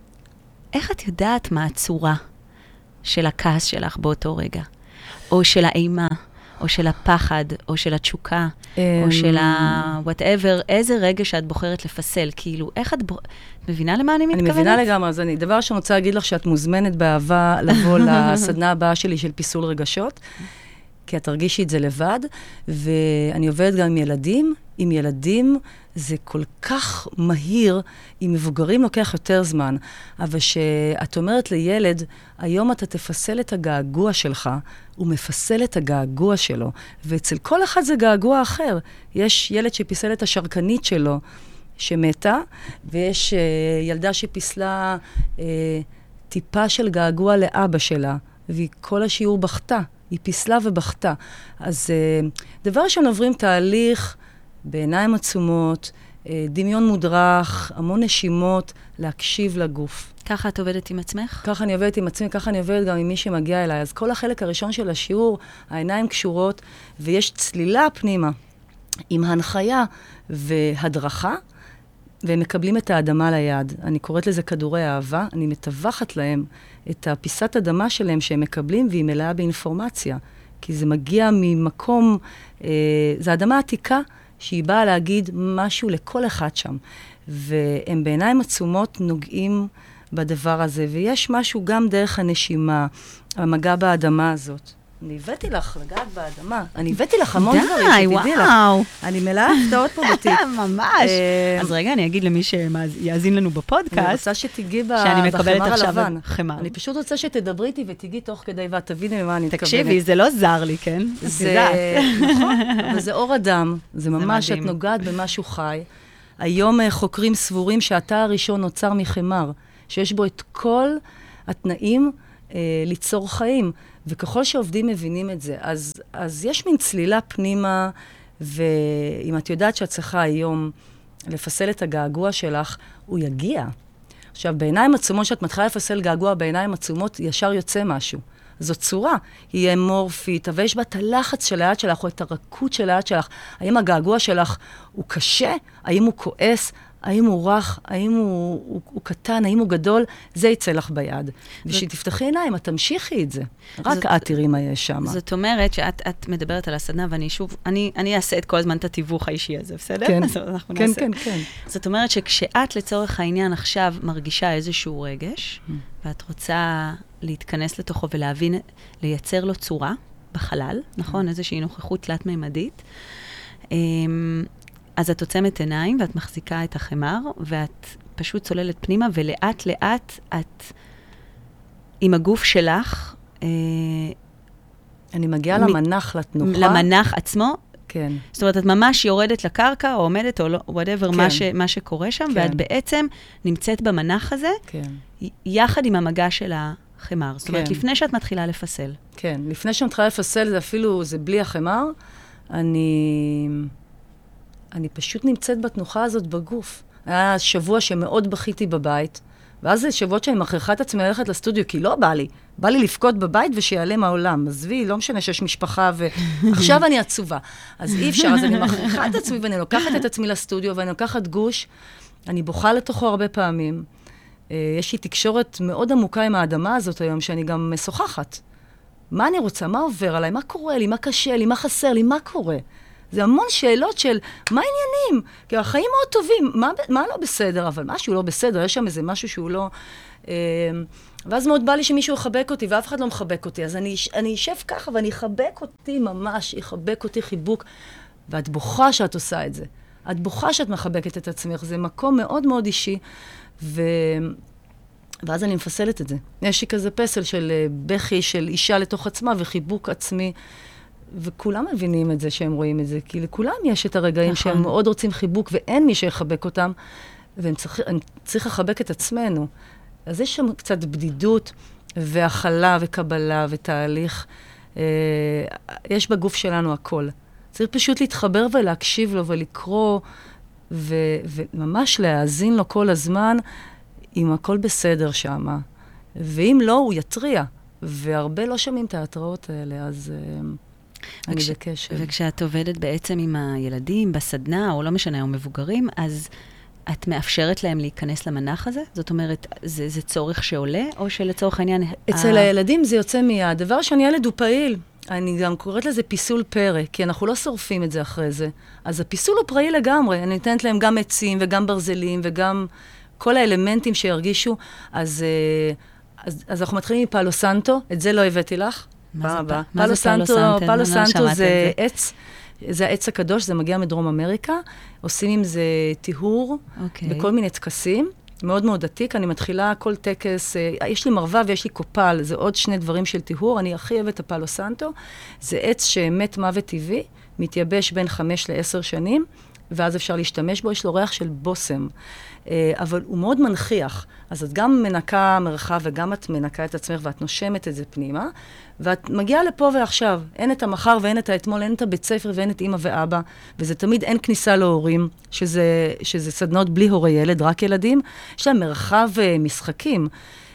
איך את יודעת מה הצורה של הכעס שלך באותו רגע? או של האימה, או של הפחד, או של התשוקה, או של ה-whatever, איזה רגע שאת בוחרת לפסל, כאילו, איך את בוחרת? את מבינה למה אני מתכוונת? אני מבינה לגמרי, אז אני, דבר שאני רוצה להגיד לך שאת מוזמנת באהבה לבוא לסדנה הבאה שלי של פיסול רגשות, כי את תרגישי את זה לבד, ואני עובדת גם עם ילדים. עם ילדים זה כל כך מהיר, עם מבוגרים לוקח יותר זמן, אבל שאת אומרת לילד, היום אתה תפסל את הגעגוע שלך, הוא מפסל את הגעגוע שלו, ואצל כל אחד זה געגוע אחר. יש ילד שפיסל את השרקנית שלו, שמתה, ויש uh, ילדה שפיסלה uh, טיפה של געגוע לאבא שלה, והיא כל השיעור בכתה. היא פיסלה ובכתה. אז uh, דבר ראשון עוברים תהליך בעיניים עצומות, uh, דמיון מודרך, המון נשימות, להקשיב לגוף. ככה את עובדת עם עצמך? ככה אני עובדת עם עצמי, ככה אני עובדת גם עם מי שמגיע אליי. אז כל החלק הראשון של השיעור, העיניים קשורות, ויש צלילה פנימה, עם הנחיה והדרכה, והם מקבלים את האדמה ליד. אני קוראת לזה כדורי אהבה, אני מטווחת להם את הפיסת אדמה שלהם שהם מקבלים, והיא מלאה באינפורמציה. כי זה מגיע ממקום, אה, זה אדמה עתיקה, שהיא באה להגיד משהו לכל אחד שם. והם בעיניים עצומות נוגעים בדבר הזה, ויש משהו גם דרך הנשימה, המגע באדמה הזאת. אני הבאתי לך לגעת באדמה. אני הבאתי לך המון דברים, שתדעי לך. די, וואו. אני מלאה הפתעות פה בתיק. ממש. אז רגע, אני אגיד למי שיאזין לנו בפודקאסט, אני רוצה שתיגי בחמר הלבן. חמר. אני פשוט רוצה שתדברי איתי ותיגי תוך כדי, ואת תביני ממה אני מתכוונת. תקשיבי, זה לא זר לי, כן? זה, נכון, אבל זה אור אדם. זה ממש, את נוגעת במשהו חי. היום חוקרים סבורים שהתא הראשון נוצר מחמר, שיש בו את כל התנאים ליצור חיים. וככל שעובדים מבינים את זה, אז, אז יש מין צלילה פנימה, ואם את יודעת שאת צריכה היום לפסל את הגעגוע שלך, הוא יגיע. עכשיו, בעיניים עצומות, שאת מתחילה לפסל געגוע בעיניים עצומות, ישר יוצא משהו. זו צורה, היא אמורפית, אבל יש בה את הלחץ של היד שלך, או את הרכות של היד שלך. האם הגעגוע שלך הוא קשה? האם הוא כועס? האם הוא רך? האם הוא, הוא, הוא קטן? האם הוא גדול? זה יצא לך ביד. ושתפתחי עיניים, את תמשיכי את זה. רק זאת, את תראי מה יש שם. זאת אומרת שאת את מדברת על הסדנה, ואני שוב, אני, אני אעשה את כל הזמן את התיווך האישי הזה, בסדר? כן, כן, נעשה. כן, כן. זאת אומרת שכשאת לצורך העניין עכשיו מרגישה איזשהו רגש, ואת רוצה להתכנס לתוכו ולהבין, לייצר לו צורה בחלל, נכון? איזושהי נוכחות תלת-מימדית. אז את עוצמת עיניים, ואת מחזיקה את החמר, ואת פשוט צוללת פנימה, ולאט לאט את, עם הגוף שלך, אה, אני מגיעה מ- למנח, לתנוחה. למנח עצמו. כן. זאת אומרת, את ממש יורדת לקרקע, או עומדת, או לא, whatever, כן. מה, ש, מה שקורה שם, כן. ואת בעצם נמצאת במנח הזה, כן. יחד עם המגע של החמר. זאת אומרת, כן. לפני שאת מתחילה לפסל. כן, לפני שאת מתחילה לפסל, זה אפילו, זה בלי החמר, אני... אני פשוט נמצאת בתנוחה הזאת בגוף. היה שבוע שמאוד בכיתי בבית, ואז זה שבועות שאני מכריחה את עצמי ללכת לסטודיו, כי לא בא לי. בא לי לפקוד בבית ושיעלה מהעולם. עזבי, לא משנה שיש משפחה, ועכשיו אני עצובה. אז אי אפשר, אז אני מכריחה את עצמי, ואני לוקחת את עצמי לסטודיו, ואני לוקחת גוש, אני בוכה לתוכו הרבה פעמים. יש לי תקשורת מאוד עמוקה עם האדמה הזאת היום, שאני גם משוחחת. מה אני רוצה? מה עובר עליי? מה קורה לי? מה קשה לי? מה חסר לי? מה קורה? זה המון שאלות של, מה העניינים? כי החיים מאוד טובים, מה, מה לא בסדר? אבל משהו לא בסדר, יש שם איזה משהו שהוא לא... אה, ואז מאוד בא לי שמישהו יחבק אותי, ואף אחד לא מחבק אותי. אז אני, אני אשב ככה, ואני אחבק אותי ממש, יחבק אותי חיבוק. ואת בוכה שאת עושה את זה. את בוכה שאת מחבקת את עצמך. זה מקום מאוד מאוד אישי. ו... ואז אני מפסלת את זה. יש לי כזה פסל של בכי, של אישה לתוך עצמה, וחיבוק עצמי. וכולם מבינים את זה שהם רואים את זה, כי לכולם יש את הרגעים נכון. שהם מאוד רוצים חיבוק, ואין מי שיחבק אותם, והם צריך, צריך לחבק את עצמנו. אז יש שם קצת בדידות, והכלה, וקבלה, ותהליך. אה, יש בגוף שלנו הכל. צריך פשוט להתחבר ולהקשיב לו, ולקרוא, ו, וממש להאזין לו כל הזמן, אם הכל בסדר שמה. ואם לא, הוא יטריע. והרבה לא שומעים את ההתראות האלה, אז... אה, וכש, וכשאת עובדת בעצם עם הילדים בסדנה, או לא משנה, או מבוגרים, אז את מאפשרת להם להיכנס למנח הזה? זאת אומרת, זה, זה צורך שעולה, או שלצורך העניין... אצל ה... הילדים זה יוצא מיד. דבר שאני ילד הוא פעיל. אני גם קוראת לזה פיסול פרא, כי אנחנו לא שורפים את זה אחרי זה. אז הפיסול הוא פראי לגמרי. אני נותנת להם גם עצים, וגם ברזלים, וגם כל האלמנטים שירגישו. אז, אז, אז אנחנו מתחילים מפאלו סנטו. את זה לא הבאתי לך. מה זה פאלו סנטו? פאלו סנטו זה עץ, זה העץ הקדוש, זה מגיע מדרום אמריקה. עושים עם זה טיהור, בכל מיני טקסים. מאוד מאוד עתיק. אני מתחילה כל טקס, יש לי מרווה ויש לי קופל, זה עוד שני דברים של טיהור. אני הכי אוהבת את הפאלו סנטו. זה עץ שמת מוות טבעי, מתייבש בין חמש לעשר שנים, ואז אפשר להשתמש בו, יש לו ריח של בוסם. אבל הוא מאוד מנחיח. אז את גם מנקה מרחב, וגם את מנקה את עצמך, ואת נושמת את זה פנימה, ואת מגיעה לפה ועכשיו. אין את המחר ואין את האתמול, אין את הבית ספר ואין את אמא ואבא, וזה תמיד אין כניסה להורים, שזה, שזה סדנות בלי הורי ילד, רק ילדים. יש להם מרחב משחקים.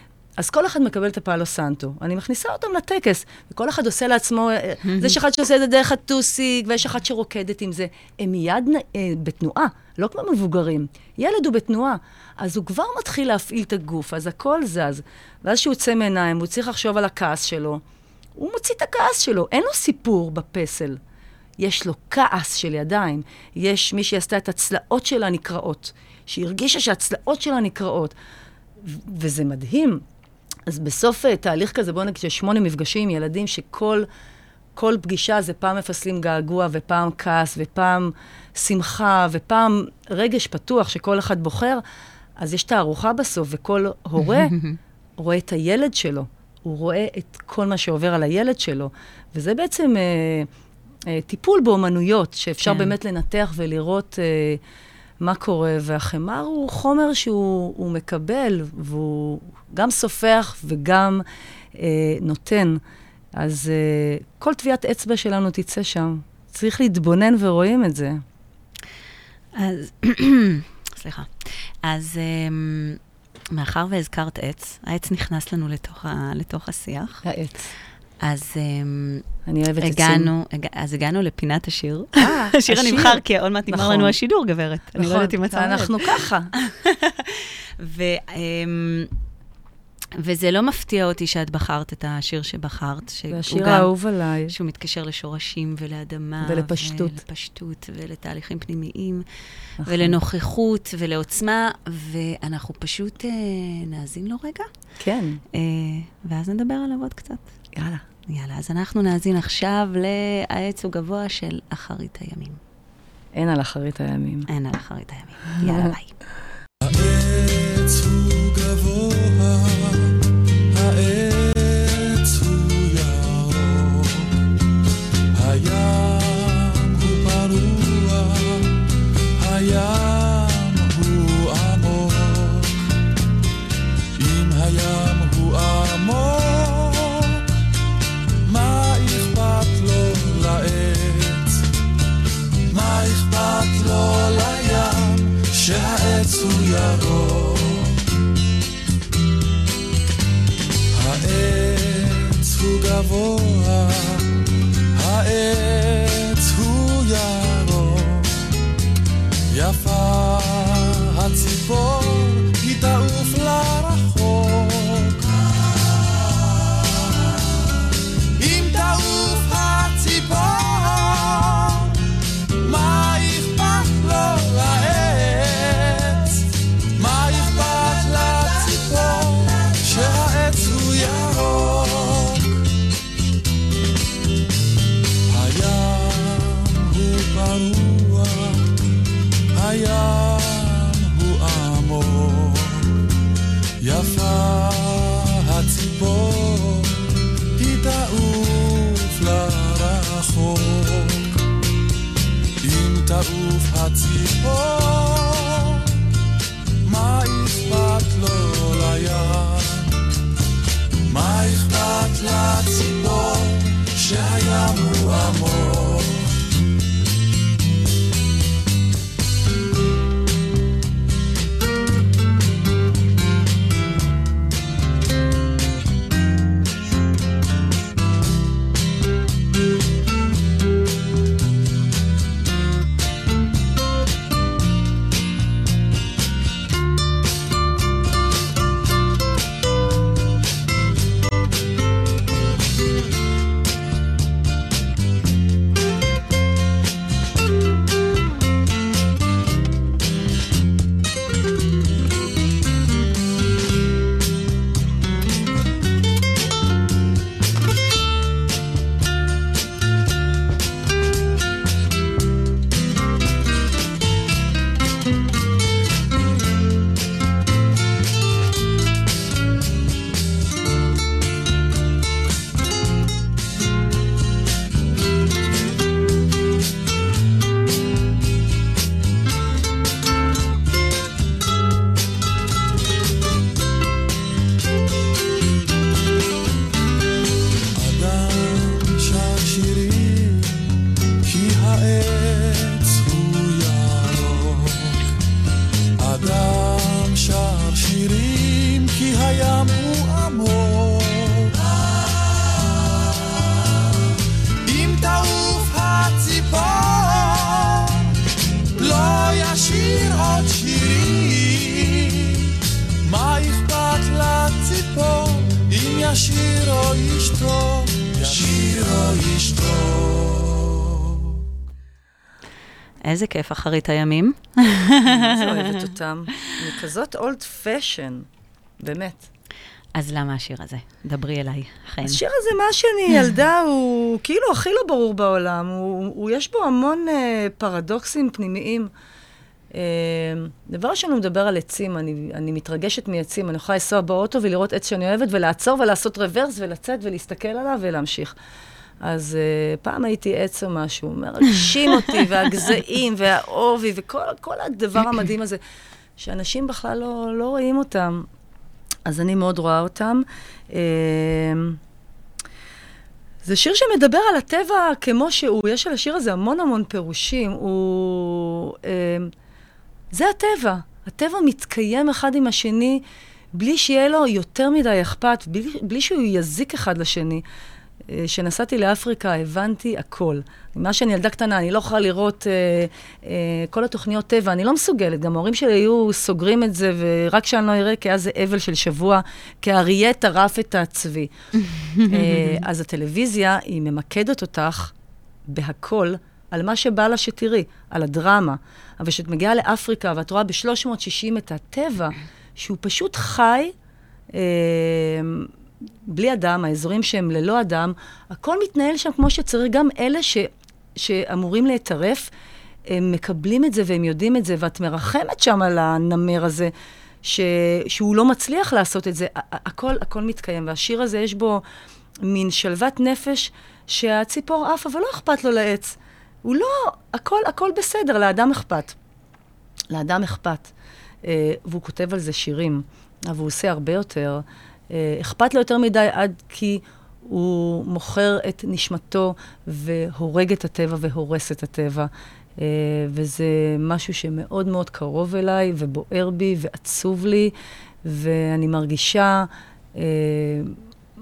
אז כל אחד מקבל את הפאלו סנטו. אני מכניסה אותם לטקס, וכל אחד עושה לעצמו, יש אחד שעושה את זה דרך הטוסיק, ויש אחד שרוקדת עם זה. הם מיד אה, בתנועה, לא כמו מבוגרים. ילד הוא בתנועה, אז הוא כבר מתחיל להפעיל את הגוף, אז הכל זז. ואז שהוא יוצא מעיניים, הוא צריך לחשוב על הכעס שלו. הוא מוציא את הכעס שלו, אין לו סיפור בפסל. יש לו כעס של ידיים. יש מי שעשתה את הצלעות שלה נקראות, שהרגישה שהצלעות שלה נקראות. ו- וזה מדהים. אז בסוף תהליך כזה, בואו נגיד ששמונה מפגשים עם ילדים, שכל כל פגישה זה פעם מפסלים געגוע, ופעם כעס, ופעם שמחה, ופעם רגש פתוח שכל אחד בוחר, אז יש תערוכה בסוף, וכל הורה רואה את הילד שלו. הוא רואה את כל מה שעובר על הילד שלו. וזה בעצם אה, אה, טיפול באומנויות, שאפשר כן. באמת לנתח ולראות... אה, מה קורה, והחמר הוא חומר שהוא מקבל, והוא גם סופח וגם אה, נותן. אז אה, כל טביעת אצבע שלנו תצא שם. צריך להתבונן ורואים את זה. אז, סליחה. אז אה, מאחר והזכרת עץ, העץ נכנס לנו לתוך, ה, לתוך השיח. העץ. אז אני אוהבת הגענו, אז הגענו לפינת השיר. השיר הנבחר, כי עוד מעט נגמר לנו השידור, גברת. אני לא יודעת אם את אומרת. אנחנו ככה. וזה לא מפתיע אותי שאת בחרת את השיר שבחרת. והשיר האהוב עליי. שהוא מתקשר לשורשים ולאדמה. ולפשטות. ולפשטות ולתהליכים פנימיים. ולנוכחות ולעוצמה. ואנחנו פשוט נאזין לו רגע. כן. ואז נדבר עליו עוד קצת. יאללה. יאללה, אז אנחנו נאזין עכשיו לעץ וגבוה של אחרית הימים. אין על אחרית הימים. אין על אחרית הימים. יאללה, ביי. העץ הוא גבוה, העץ הוא ירוק, הים הוא פרוע, הים הוא עמוק, אם הים הוא עמוק, מה אכפת לו לעץ? מה אכפת לו לים שהעץ הוא ירוק? גבוה, העץ הוא ירוק, יפה הציפור, היא תעוף לרחוק. אם תעוף הציפור, מה אכפת לו לעץ? מה אכפת לציפור שהעץ הוא ירוק? הים הוא פרוע, הים הוא עמוק, יפה הציפור, היא תעוף לרחוק. אם תעוף הציפור, מה אכפת לו לים? מה אכפת לציפור שהים הוא עמוק? איזה כיף אחרית הימים. מה זה אוהבת אותם? אני כזאת אולד פשן, באמת. אז למה השיר הזה? דברי אליי, חן. השיר הזה, מה שאני ילדה, הוא כאילו הכי לא ברור בעולם. הוא, הוא יש בו המון uh, פרדוקסים פנימיים. Uh, דבר ראשון, הוא מדבר על עצים. אני, אני מתרגשת מעצים. אני יכולה לנסוע באוטו ולראות עץ שאני אוהבת, ולעצור ולעשות רוורס ולצאת ולהסתכל עליו ולהמשיך. אז uh, פעם הייתי עץ או משהו, מרגשים אותי, והגזעים, והאובי, וכל כל הדבר המדהים הזה, שאנשים בכלל לא, לא רואים אותם. אז אני מאוד רואה אותם. Uh, זה שיר שמדבר על הטבע כמו שהוא. יש על השיר הזה המון המון פירושים. הוא... Uh, זה הטבע. הטבע מתקיים אחד עם השני, בלי שיהיה לו יותר מדי אכפת, בלי, בלי שהוא יזיק אחד לשני. כשנסעתי לאפריקה, הבנתי הכל. מה שאני ילדה קטנה, אני לא יכולה לראות אה, אה, כל התוכניות טבע, אני לא מסוגלת. גם ההורים שלי היו סוגרים את זה, ורק שאני לא אראה, כי היה זה אבל של שבוע, כי האריה טרף את הצבי. אה, אז הטלוויזיה, היא ממקדת אותך בהכל, על מה שבא לה שתראי, על הדרמה. אבל כשאת מגיעה לאפריקה, ואת רואה ב-שלוש מאות שישים את הטבע, שהוא פשוט חי, אה, בלי אדם, האזורים שהם ללא אדם, הכל מתנהל שם כמו שצריך. גם אלה ש, שאמורים להתערף, הם מקבלים את זה והם יודעים את זה, ואת מרחמת שם על הנמר הזה, ש, שהוא לא מצליח לעשות את זה. הכל, הכל מתקיים. והשיר הזה יש בו מין שלוות נפש, שהציפור עף, אבל לא אכפת לו לעץ. הוא לא, הכל, הכל בסדר, לאדם אכפת. לאדם אכפת. והוא כותב על זה שירים, אבל הוא עושה הרבה יותר. אכפת לו יותר מדי עד כי הוא מוכר את נשמתו והורג את הטבע והורס את הטבע. וזה משהו שמאוד מאוד קרוב אליי ובוער בי ועצוב לי, ואני מרגישה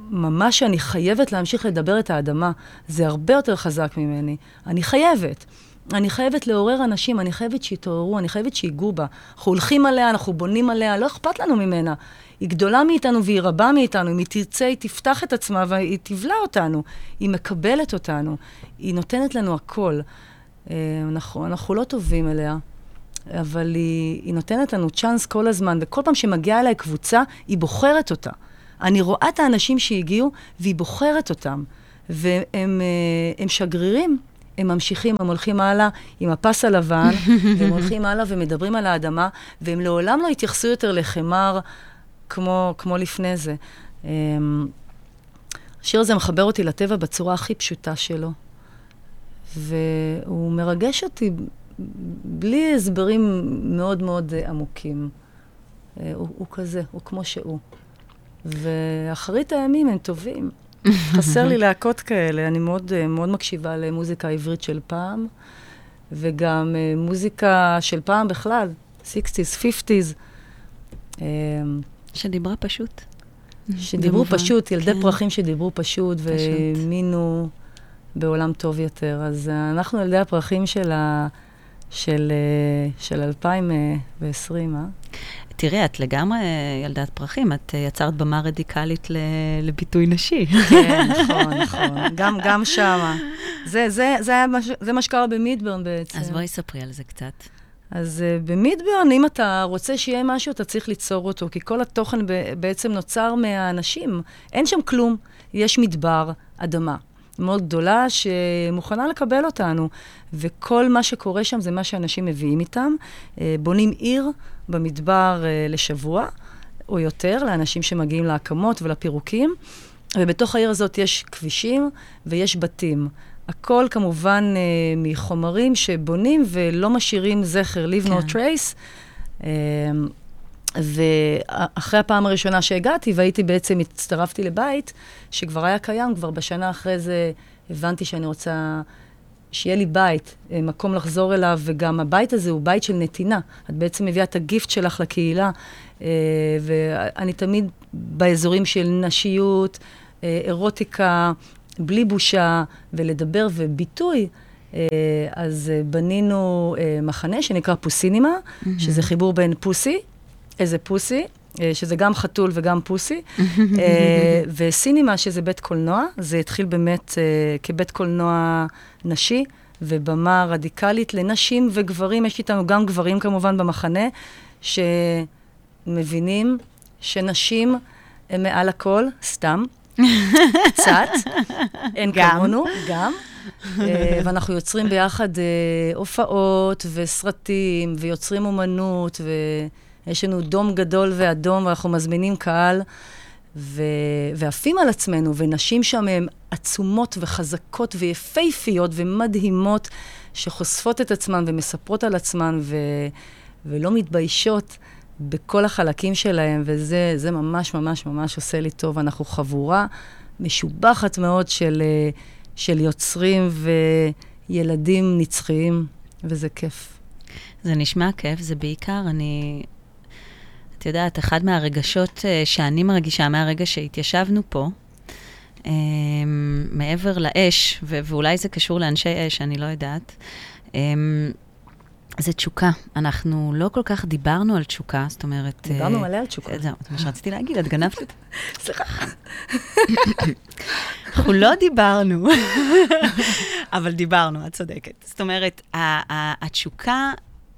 ממש אני חייבת להמשיך לדבר את האדמה. זה הרבה יותר חזק ממני. אני חייבת. אני חייבת לעורר אנשים, אני חייבת שיתעוררו, אני חייבת שיגעו בה. אנחנו הולכים עליה, אנחנו בונים עליה, לא אכפת לנו ממנה. היא גדולה מאיתנו והיא רבה מאיתנו. אם היא תרצה, היא תפתח את עצמה והיא תבלע אותנו. היא מקבלת אותנו. היא נותנת לנו הכל. אנחנו, אנחנו לא טובים אליה, אבל היא, היא נותנת לנו צ'אנס כל הזמן, וכל פעם שמגיעה אליי קבוצה, היא בוחרת אותה. אני רואה את האנשים שהגיעו, והיא בוחרת אותם. והם הם שגרירים. הם ממשיכים, הם הולכים הלאה עם הפס הלבן, והם הולכים הלאה ומדברים על האדמה, והם לעולם לא התייחסו יותר לחמר כמו, כמו לפני זה. השיר הזה מחבר אותי לטבע בצורה הכי פשוטה שלו, והוא מרגש אותי בלי הסברים מאוד מאוד עמוקים. הוא, הוא כזה, הוא כמו שהוא. ואחרית הימים הם טובים. חסר לי להקות כאלה, אני מאוד, מאוד מקשיבה למוזיקה עברית של פעם, וגם uh, מוזיקה של פעם בכלל, שישים, חמישים. שדיברה פשוט. שדיברו פשוט, ילדי כן. פרחים שדיברו פשוט, פשוט. והאמינו בעולם טוב יותר. אז uh, אנחנו ילדי הפרחים של, ה, של, uh, של אלפיים ועשרים, אה? תראי, את לגמרי ילדת פרחים, את יצרת במה רדיקלית לביטוי נשי. כן, נכון, נכון. גם, גם שמה. זה, זה, זה היה, זה מה שקרה במידברן בעצם. אז בואי ספרי על זה קצת. אז uh, במידברן, אם אתה רוצה שיהיה משהו, אתה צריך ליצור אותו, כי כל התוכן בעצם נוצר מהאנשים. אין שם כלום. יש מדבר, אדמה. מאוד גדולה שמוכנה לקבל אותנו, וכל מה שקורה שם זה מה שאנשים מביאים איתם. בונים עיר במדבר לשבוע, או יותר, לאנשים שמגיעים להקמות ולפירוקים, ובתוך העיר הזאת יש כבישים ויש בתים. הכל כמובן מחומרים שבונים ולא משאירים זכר, leave no trace. ואחרי הפעם הראשונה שהגעתי, והייתי בעצם, הצטרפתי לבית, שכבר היה קיים, כבר בשנה אחרי זה הבנתי שאני רוצה שיהיה לי בית, מקום לחזור אליו, וגם הבית הזה הוא בית של נתינה. את בעצם מביאה את הגיפט שלך לקהילה, ואני תמיד באזורים של נשיות, אירוטיקה, בלי בושה, ולדבר וביטוי. אז בנינו מחנה שנקרא פוסינימה, mm-hmm. שזה חיבור בין פוסי, איזה פוסי, שזה גם חתול וגם פוסי, וסינימה, שזה בית קולנוע, זה התחיל באמת כבית קולנוע נשי, ובמה רדיקלית לנשים וגברים, יש איתנו גם גברים כמובן במחנה, שמבינים שנשים הם מעל הכל, סתם, קצת, אין כמונו, גם, ואנחנו יוצרים ביחד הופעות וסרטים, ויוצרים אומנות, ו... יש לנו דום גדול ואדום, ואנחנו מזמינים קהל, ו... ועפים על עצמנו, ונשים שם הן עצומות וחזקות ויפהפיות ומדהימות, שחושפות את עצמן ומספרות על עצמן, ו... ולא מתביישות בכל החלקים שלהם, וזה זה ממש ממש ממש עושה לי טוב. אנחנו חבורה משובחת מאוד של, של יוצרים וילדים נצחיים, וזה כיף. זה נשמע כיף, זה בעיקר, אני... את יודעת, אחד מהרגשות שאני מרגישה מהרגע שהתיישבנו פה, מעבר לאש, ואולי זה קשור לאנשי אש, אני לא יודעת, זה תשוקה. אנחנו לא כל כך דיברנו על תשוקה, זאת אומרת... דיברנו מלא על תשוקה. זהו, זה מה שרציתי להגיד, את גנבת את... סליחה. אנחנו לא דיברנו, אבל דיברנו, את צודקת. זאת אומרת, התשוקה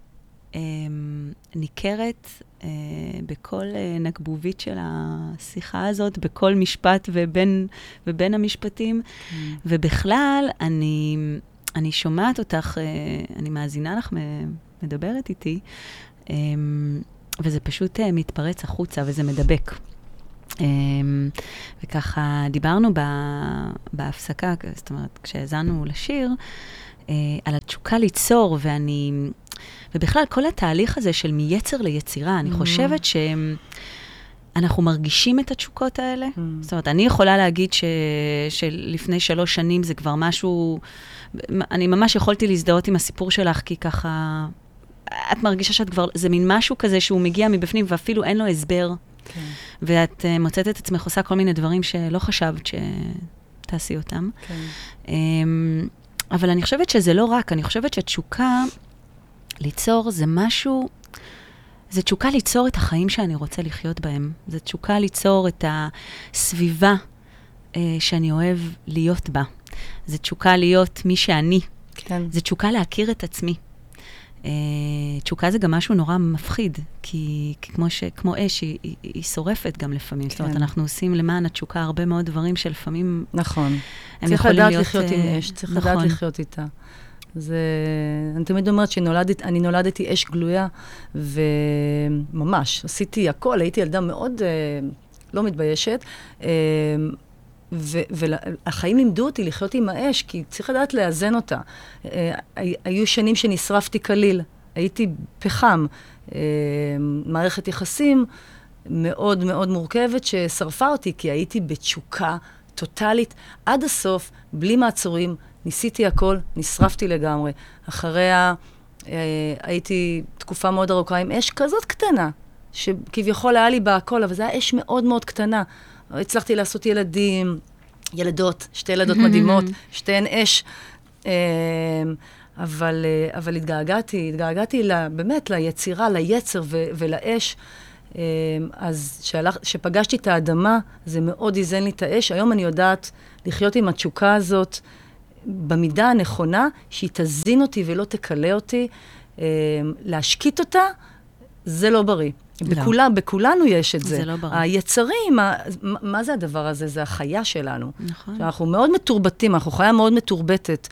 ניכרת בכל נקבובית של השיחה הזאת, בכל משפט ובין, ובין המשפטים, ובכלל, אני... אני שומעת אותך, אני מאזינה לך, מדברת איתי, וזה פשוט מתפרץ החוצה, וזה מדבק. וככה דיברנו בהפסקה, זאת אומרת, כשהזנו לשיר, על התשוקה ליצור, ואני, ובכלל, כל התהליך הזה של מייצר ליצירה, אני חושבת שאנחנו מרגישים את התשוקות האלה. זאת אומרת, אני יכולה להגיד ש, שלפני שלוש שנים זה כבר משהו... אני ממש יכולתי להזדהות עם הסיפור שלך, כי ככה, את מרגישה שאת כבר, זה מין משהו כזה שהוא מגיע מבפנים, ואפילו אין לו הסבר. כן. ואת uh, מוצאת את עצמך עושה כל מיני דברים שלא חשבת שתעשי אותם. כן. Um, אבל אני חושבת שזה לא רק, אני חושבת שתשוקה ליצור זה משהו, זה תשוקה ליצור את החיים שאני רוצה לחיות בהם. זה תשוקה ליצור את הסביבה uh, שאני אוהב להיות בה. זה תשוקה להיות מי שאני. כן. זה תשוקה להכיר את עצמי. Uh, תשוקה זה גם משהו נורא מפחיד, כי, כי כמו, ש, כמו אש, היא, היא, היא שורפת גם לפעמים. כן. זאת אומרת, אנחנו עושים למען התשוקה הרבה מאוד דברים שלפעמים... נכון. הם צריך יכולים לדעת להיות... לחיות עם אש, צריך נכון. לדעת לחיות איתה. זה... אני תמיד אומרת שנולדת, אני נולדתי אש גלויה, וממש, עשיתי הכל, הייתי ילדה מאוד uh, לא מתביישת, uh, והחיים לימדו אותי לחיות עם האש, כי צריך לדעת לאזן אותה. היו שנים שנשרפתי כליל, הייתי פחם, מערכת יחסים מאוד מאוד מורכבת ששרפה אותי, כי הייתי בתשוקה טוטלית עד הסוף, בלי מעצורים, ניסיתי הכל, נשרפתי לגמרי. אחריה הייתי תקופה מאוד ארוכה עם אש כזאת קטנה, שכביכול היה לי בה הכל, אבל זה היה אש מאוד מאוד קטנה. הצלחתי לעשות ילדים, ילדות, שתי ילדות מדהימות, שתיהן אש, אבל, אבל התגעגעתי, התגעגעתי לה, באמת ליצירה, ליצר ו, ולאש. אז שהלך, שפגשתי את האדמה, זה מאוד איזן לי את האש. היום אני יודעת לחיות עם התשוקה הזאת במידה הנכונה, שהיא תזין אותי ולא תקלה אותי. להשקיט אותה, זה לא בריא. בכולה, בכולנו יש את זה. זה לא ברור. היצרים, ה, מה, מה זה הדבר הזה? זה החיה שלנו. נכון. אנחנו מאוד מתורבתים, אנחנו חיה מאוד מתורבתת.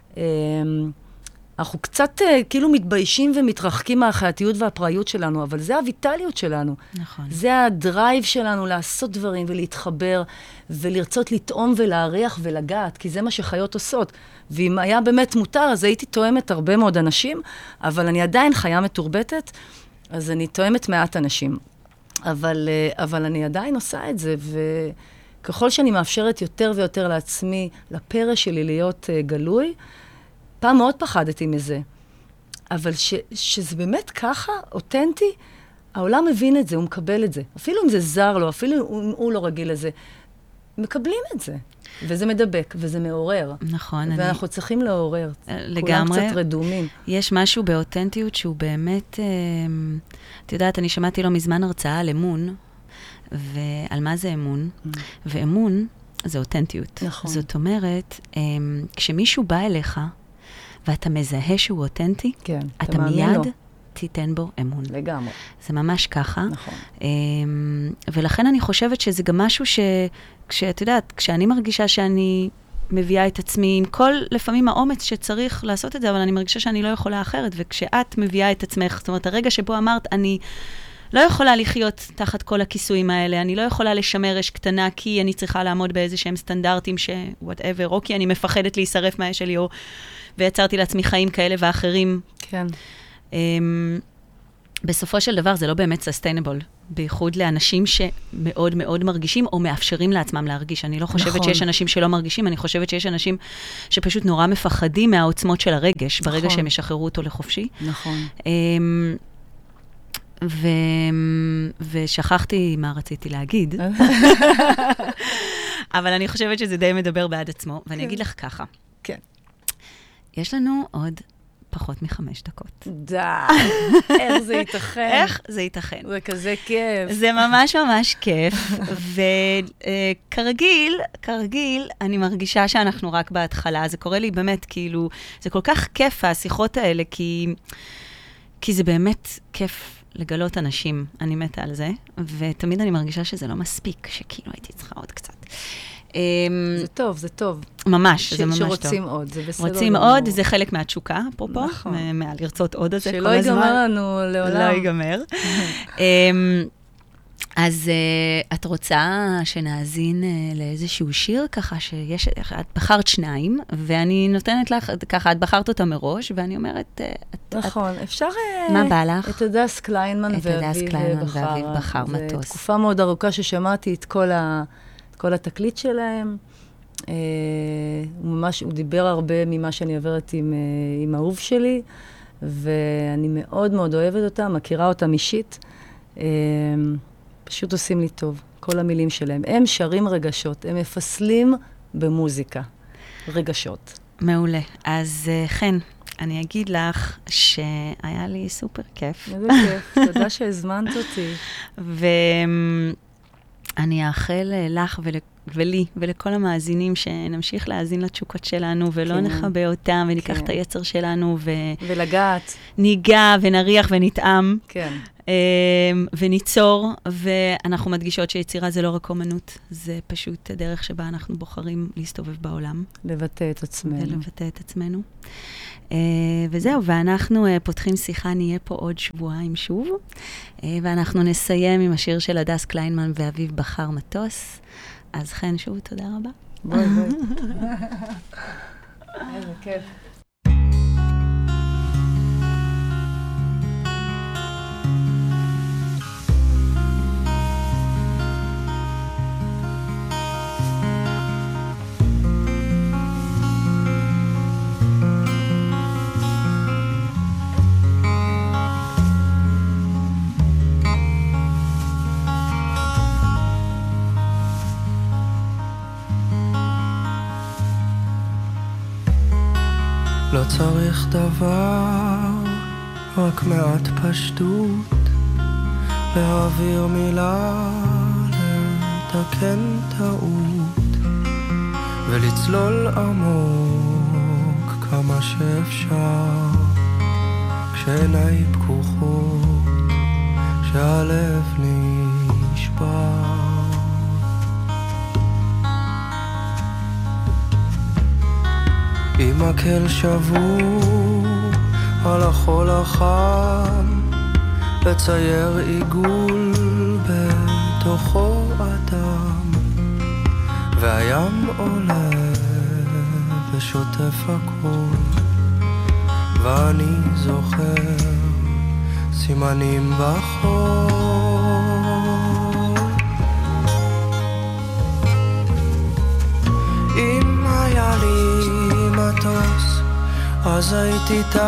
אנחנו קצת כאילו מתביישים ומתרחקים מהחייתיות והפראיות שלנו, אבל זה הויטליות שלנו. נכון. זה הדרייב שלנו לעשות דברים ולהתחבר, ולרצות לטעום ולהריח ולגעת, כי זה מה שחיות עושות. ואם היה באמת מותר, אז הייתי תואמת הרבה מאוד אנשים, אבל אני עדיין חיה מתורבתת, אז אני תואמת מעט אנשים. אבל, אבל אני עדיין עושה את זה, וככל שאני מאפשרת יותר ויותר לעצמי, לפרא שלי להיות גלוי, פעם מאוד פחדתי מזה. אבל ש, שזה באמת ככה, אותנטי, העולם מבין את זה, הוא מקבל את זה. אפילו אם זה זר לו, אפילו אם הוא לא רגיל לזה, מקבלים את זה. וזה מדבק, וזה מעורר. נכון. ואנחנו אני... צריכים לעורר. לגמרי. כולם קצת רדומים. יש משהו באותנטיות שהוא באמת, אה, את יודעת, אני שמעתי לא מזמן הרצאה על אמון, ועל מה זה אמון, mm. ואמון זה אותנטיות. נכון. זאת אומרת, אה, כשמישהו בא אליך, ואתה מזהה שהוא אותנטי, כן, אתה מיד לו. תיתן בו אמון. לגמרי. זה ממש ככה. נכון. ולכן אני חושבת שזה גם משהו ש... כשאת יודעת, כשאני מרגישה שאני מביאה את עצמי עם כל, לפעמים האומץ שצריך לעשות את זה, אבל אני מרגישה שאני לא יכולה אחרת, וכשאת מביאה את עצמך, זאת אומרת, הרגע שבו אמרת, אני לא יכולה לחיות תחת כל הכיסויים האלה, אני לא יכולה לשמר אש קטנה, כי אני צריכה לעמוד באיזה שהם סטנדרטים ש... whatever, או כי אני מפחדת להישרף מהאש שלי, או... ויצרתי לעצמי חיים כאלה ואחרים. כן. Um, בסופו של דבר זה לא באמת sustainable, בייחוד לאנשים שמאוד מאוד מרגישים, או מאפשרים לעצמם להרגיש. אני לא חושבת נכון. שיש אנשים שלא מרגישים, אני חושבת שיש אנשים שפשוט נורא מפחדים מהעוצמות של הרגש, נכון. ברגע שהם ישחררו אותו לחופשי. נכון. Um, ו... ושכחתי מה רציתי להגיד. אבל אני חושבת שזה די מדבר בעד עצמו, ואני אגיד לך ככה. כן. יש לנו עוד פחות מחמש דקות. די, איך זה ייתכן? איך זה ייתכן? זה כזה כיף. זה ממש ממש כיף, וכרגיל, כרגיל, אני מרגישה שאנחנו רק בהתחלה. זה קורה לי באמת, כאילו, זה כל כך כיף, השיחות האלה, כי, כי זה באמת כיף לגלות אנשים. אני מתה על זה, ותמיד אני מרגישה שזה לא מספיק, שכאילו הייתי צריכה עוד קצת. זה טוב, זה טוב. ממש, זה ממש טוב. שרוצים עוד, זה בסדר. רוצים עוד, זה חלק מהתשוקה, אפרופו, מהלרצות עוד הזה כל הזמן. שלא ייגמר לנו לעולם. לא ייגמר. אז את רוצה שנאזין לאיזשהו שיר, ככה שיש, את בחרת שניים, ואני נותנת לך, ככה, את בחרת אותה מראש, ואני אומרת... נכון, אפשר... מה בא לך? את הדס קליינמן ואביב בחר, מטוס. זו תקופה מאוד ארוכה ששמעתי את כל ה... כל התקליט שלהם, אה, הוא ממש, הוא דיבר הרבה ממה שאני עוברת עם, אה, עם האהוב שלי, ואני מאוד מאוד אוהבת אותה, מכירה אותה אישית. אה, פשוט עושים לי טוב, כל המילים שלהם. הם שרים רגשות, הם מפסלים במוזיקה רגשות. מעולה. אז חן, אני אגיד לך שהיה לי סופר כיף. איזה כיף, תודה שהזמנת אותי. ואני אאחל לך ול... ולי ולכל המאזינים שנמשיך להאזין לתשוקות שלנו, ולא כן. נחבא אותם, וניקח כן. את היצר שלנו, ו... ולגעת. ניגע ונריח ונטעם. כן. וניצור, ואנחנו מדגישות שיצירה זה לא רק אומנות, זה פשוט הדרך שבה אנחנו בוחרים להסתובב בעולם. לבטא את עצמנו. ולבטא את עצמנו. וזהו, ואנחנו פותחים שיחה, נהיה פה עוד שבועיים שוב, ואנחנו נסיים עם השיר של הדס קליינמן ואביב בחר מטוס. אז חן, שוב, תודה רבה. בואי, בואי. איזה כיף. לא צריך דבר, רק מעט פשטות, להעביר מילה, לתקן טעות, ולצלול עמוק כמה שאפשר, כשעיניי פקוחות, כשהלב נשבר. עם מקל שבור על החול החם, לצייר עיגול בתוכו אדם, והים עולה ושוטף הכל, ואני זוכר סימנים בחול. אם היה לי מטוס, אז הייתי טס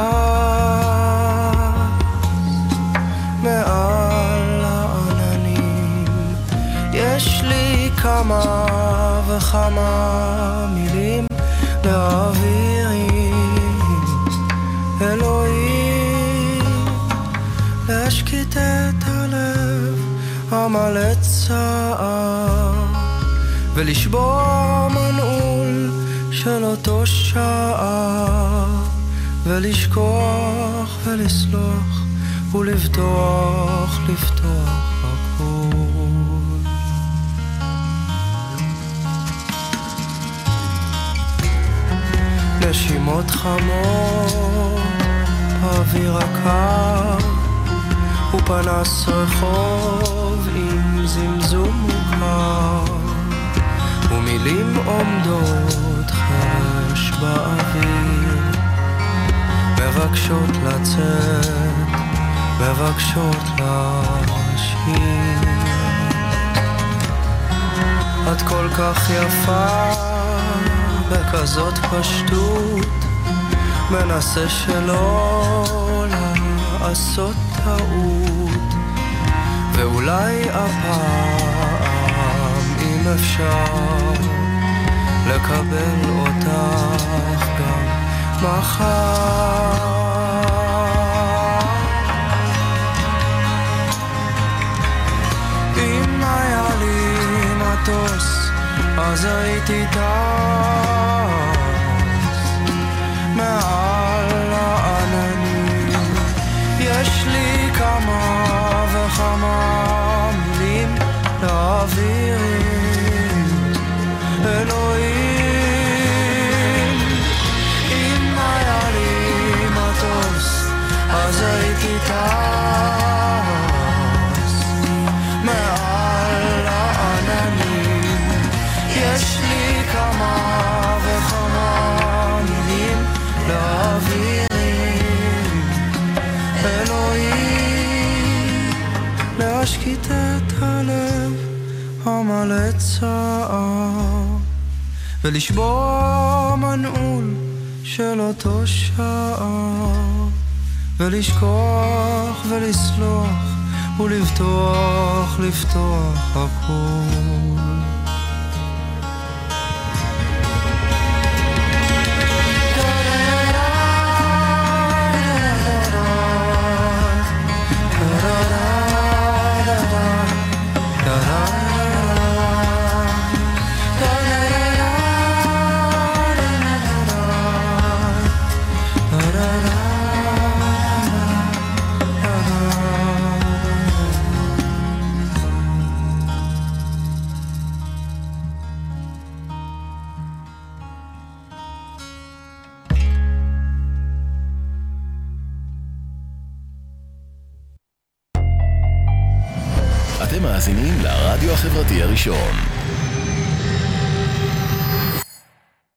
מעל העננים. יש לי כמה וכמה מילים להעבירים, אלוהים, להשקיט את הלב המלא צער, ולשבור מנעול של אותו שעה, ולשכוח ולסלוח ולבטוח, לפתוח הכל. נשימות חמות באוויר הקר, ופנס רחוב עם זמזום מוכר, ומילים עומדות חש באוויר, מבקשות לצאת, מבקשות לשיר. את כל כך יפה בכזאת פשטות, מנסה שלא לעשות טעות, ואולי הפעם אם אפשר לקבל אותך גם מחר. אם היה לי מטוס, אז הייתי טס מעל העננים. יש לי כמה וכמה מילים להעבירים, אלוהים. אם היה לי מטוס, אז הייתי טס מעל העננים. יש לי כמה וכמה מילים להעבירים, אלוהים, להשקיט את הלב המלא צער, ולשבור מנעול של אותו שעה, ולשכוח ולסלוח ולפתוח, לפתוח הכל. אתם מאזינים לרדיו החברתי הראשון.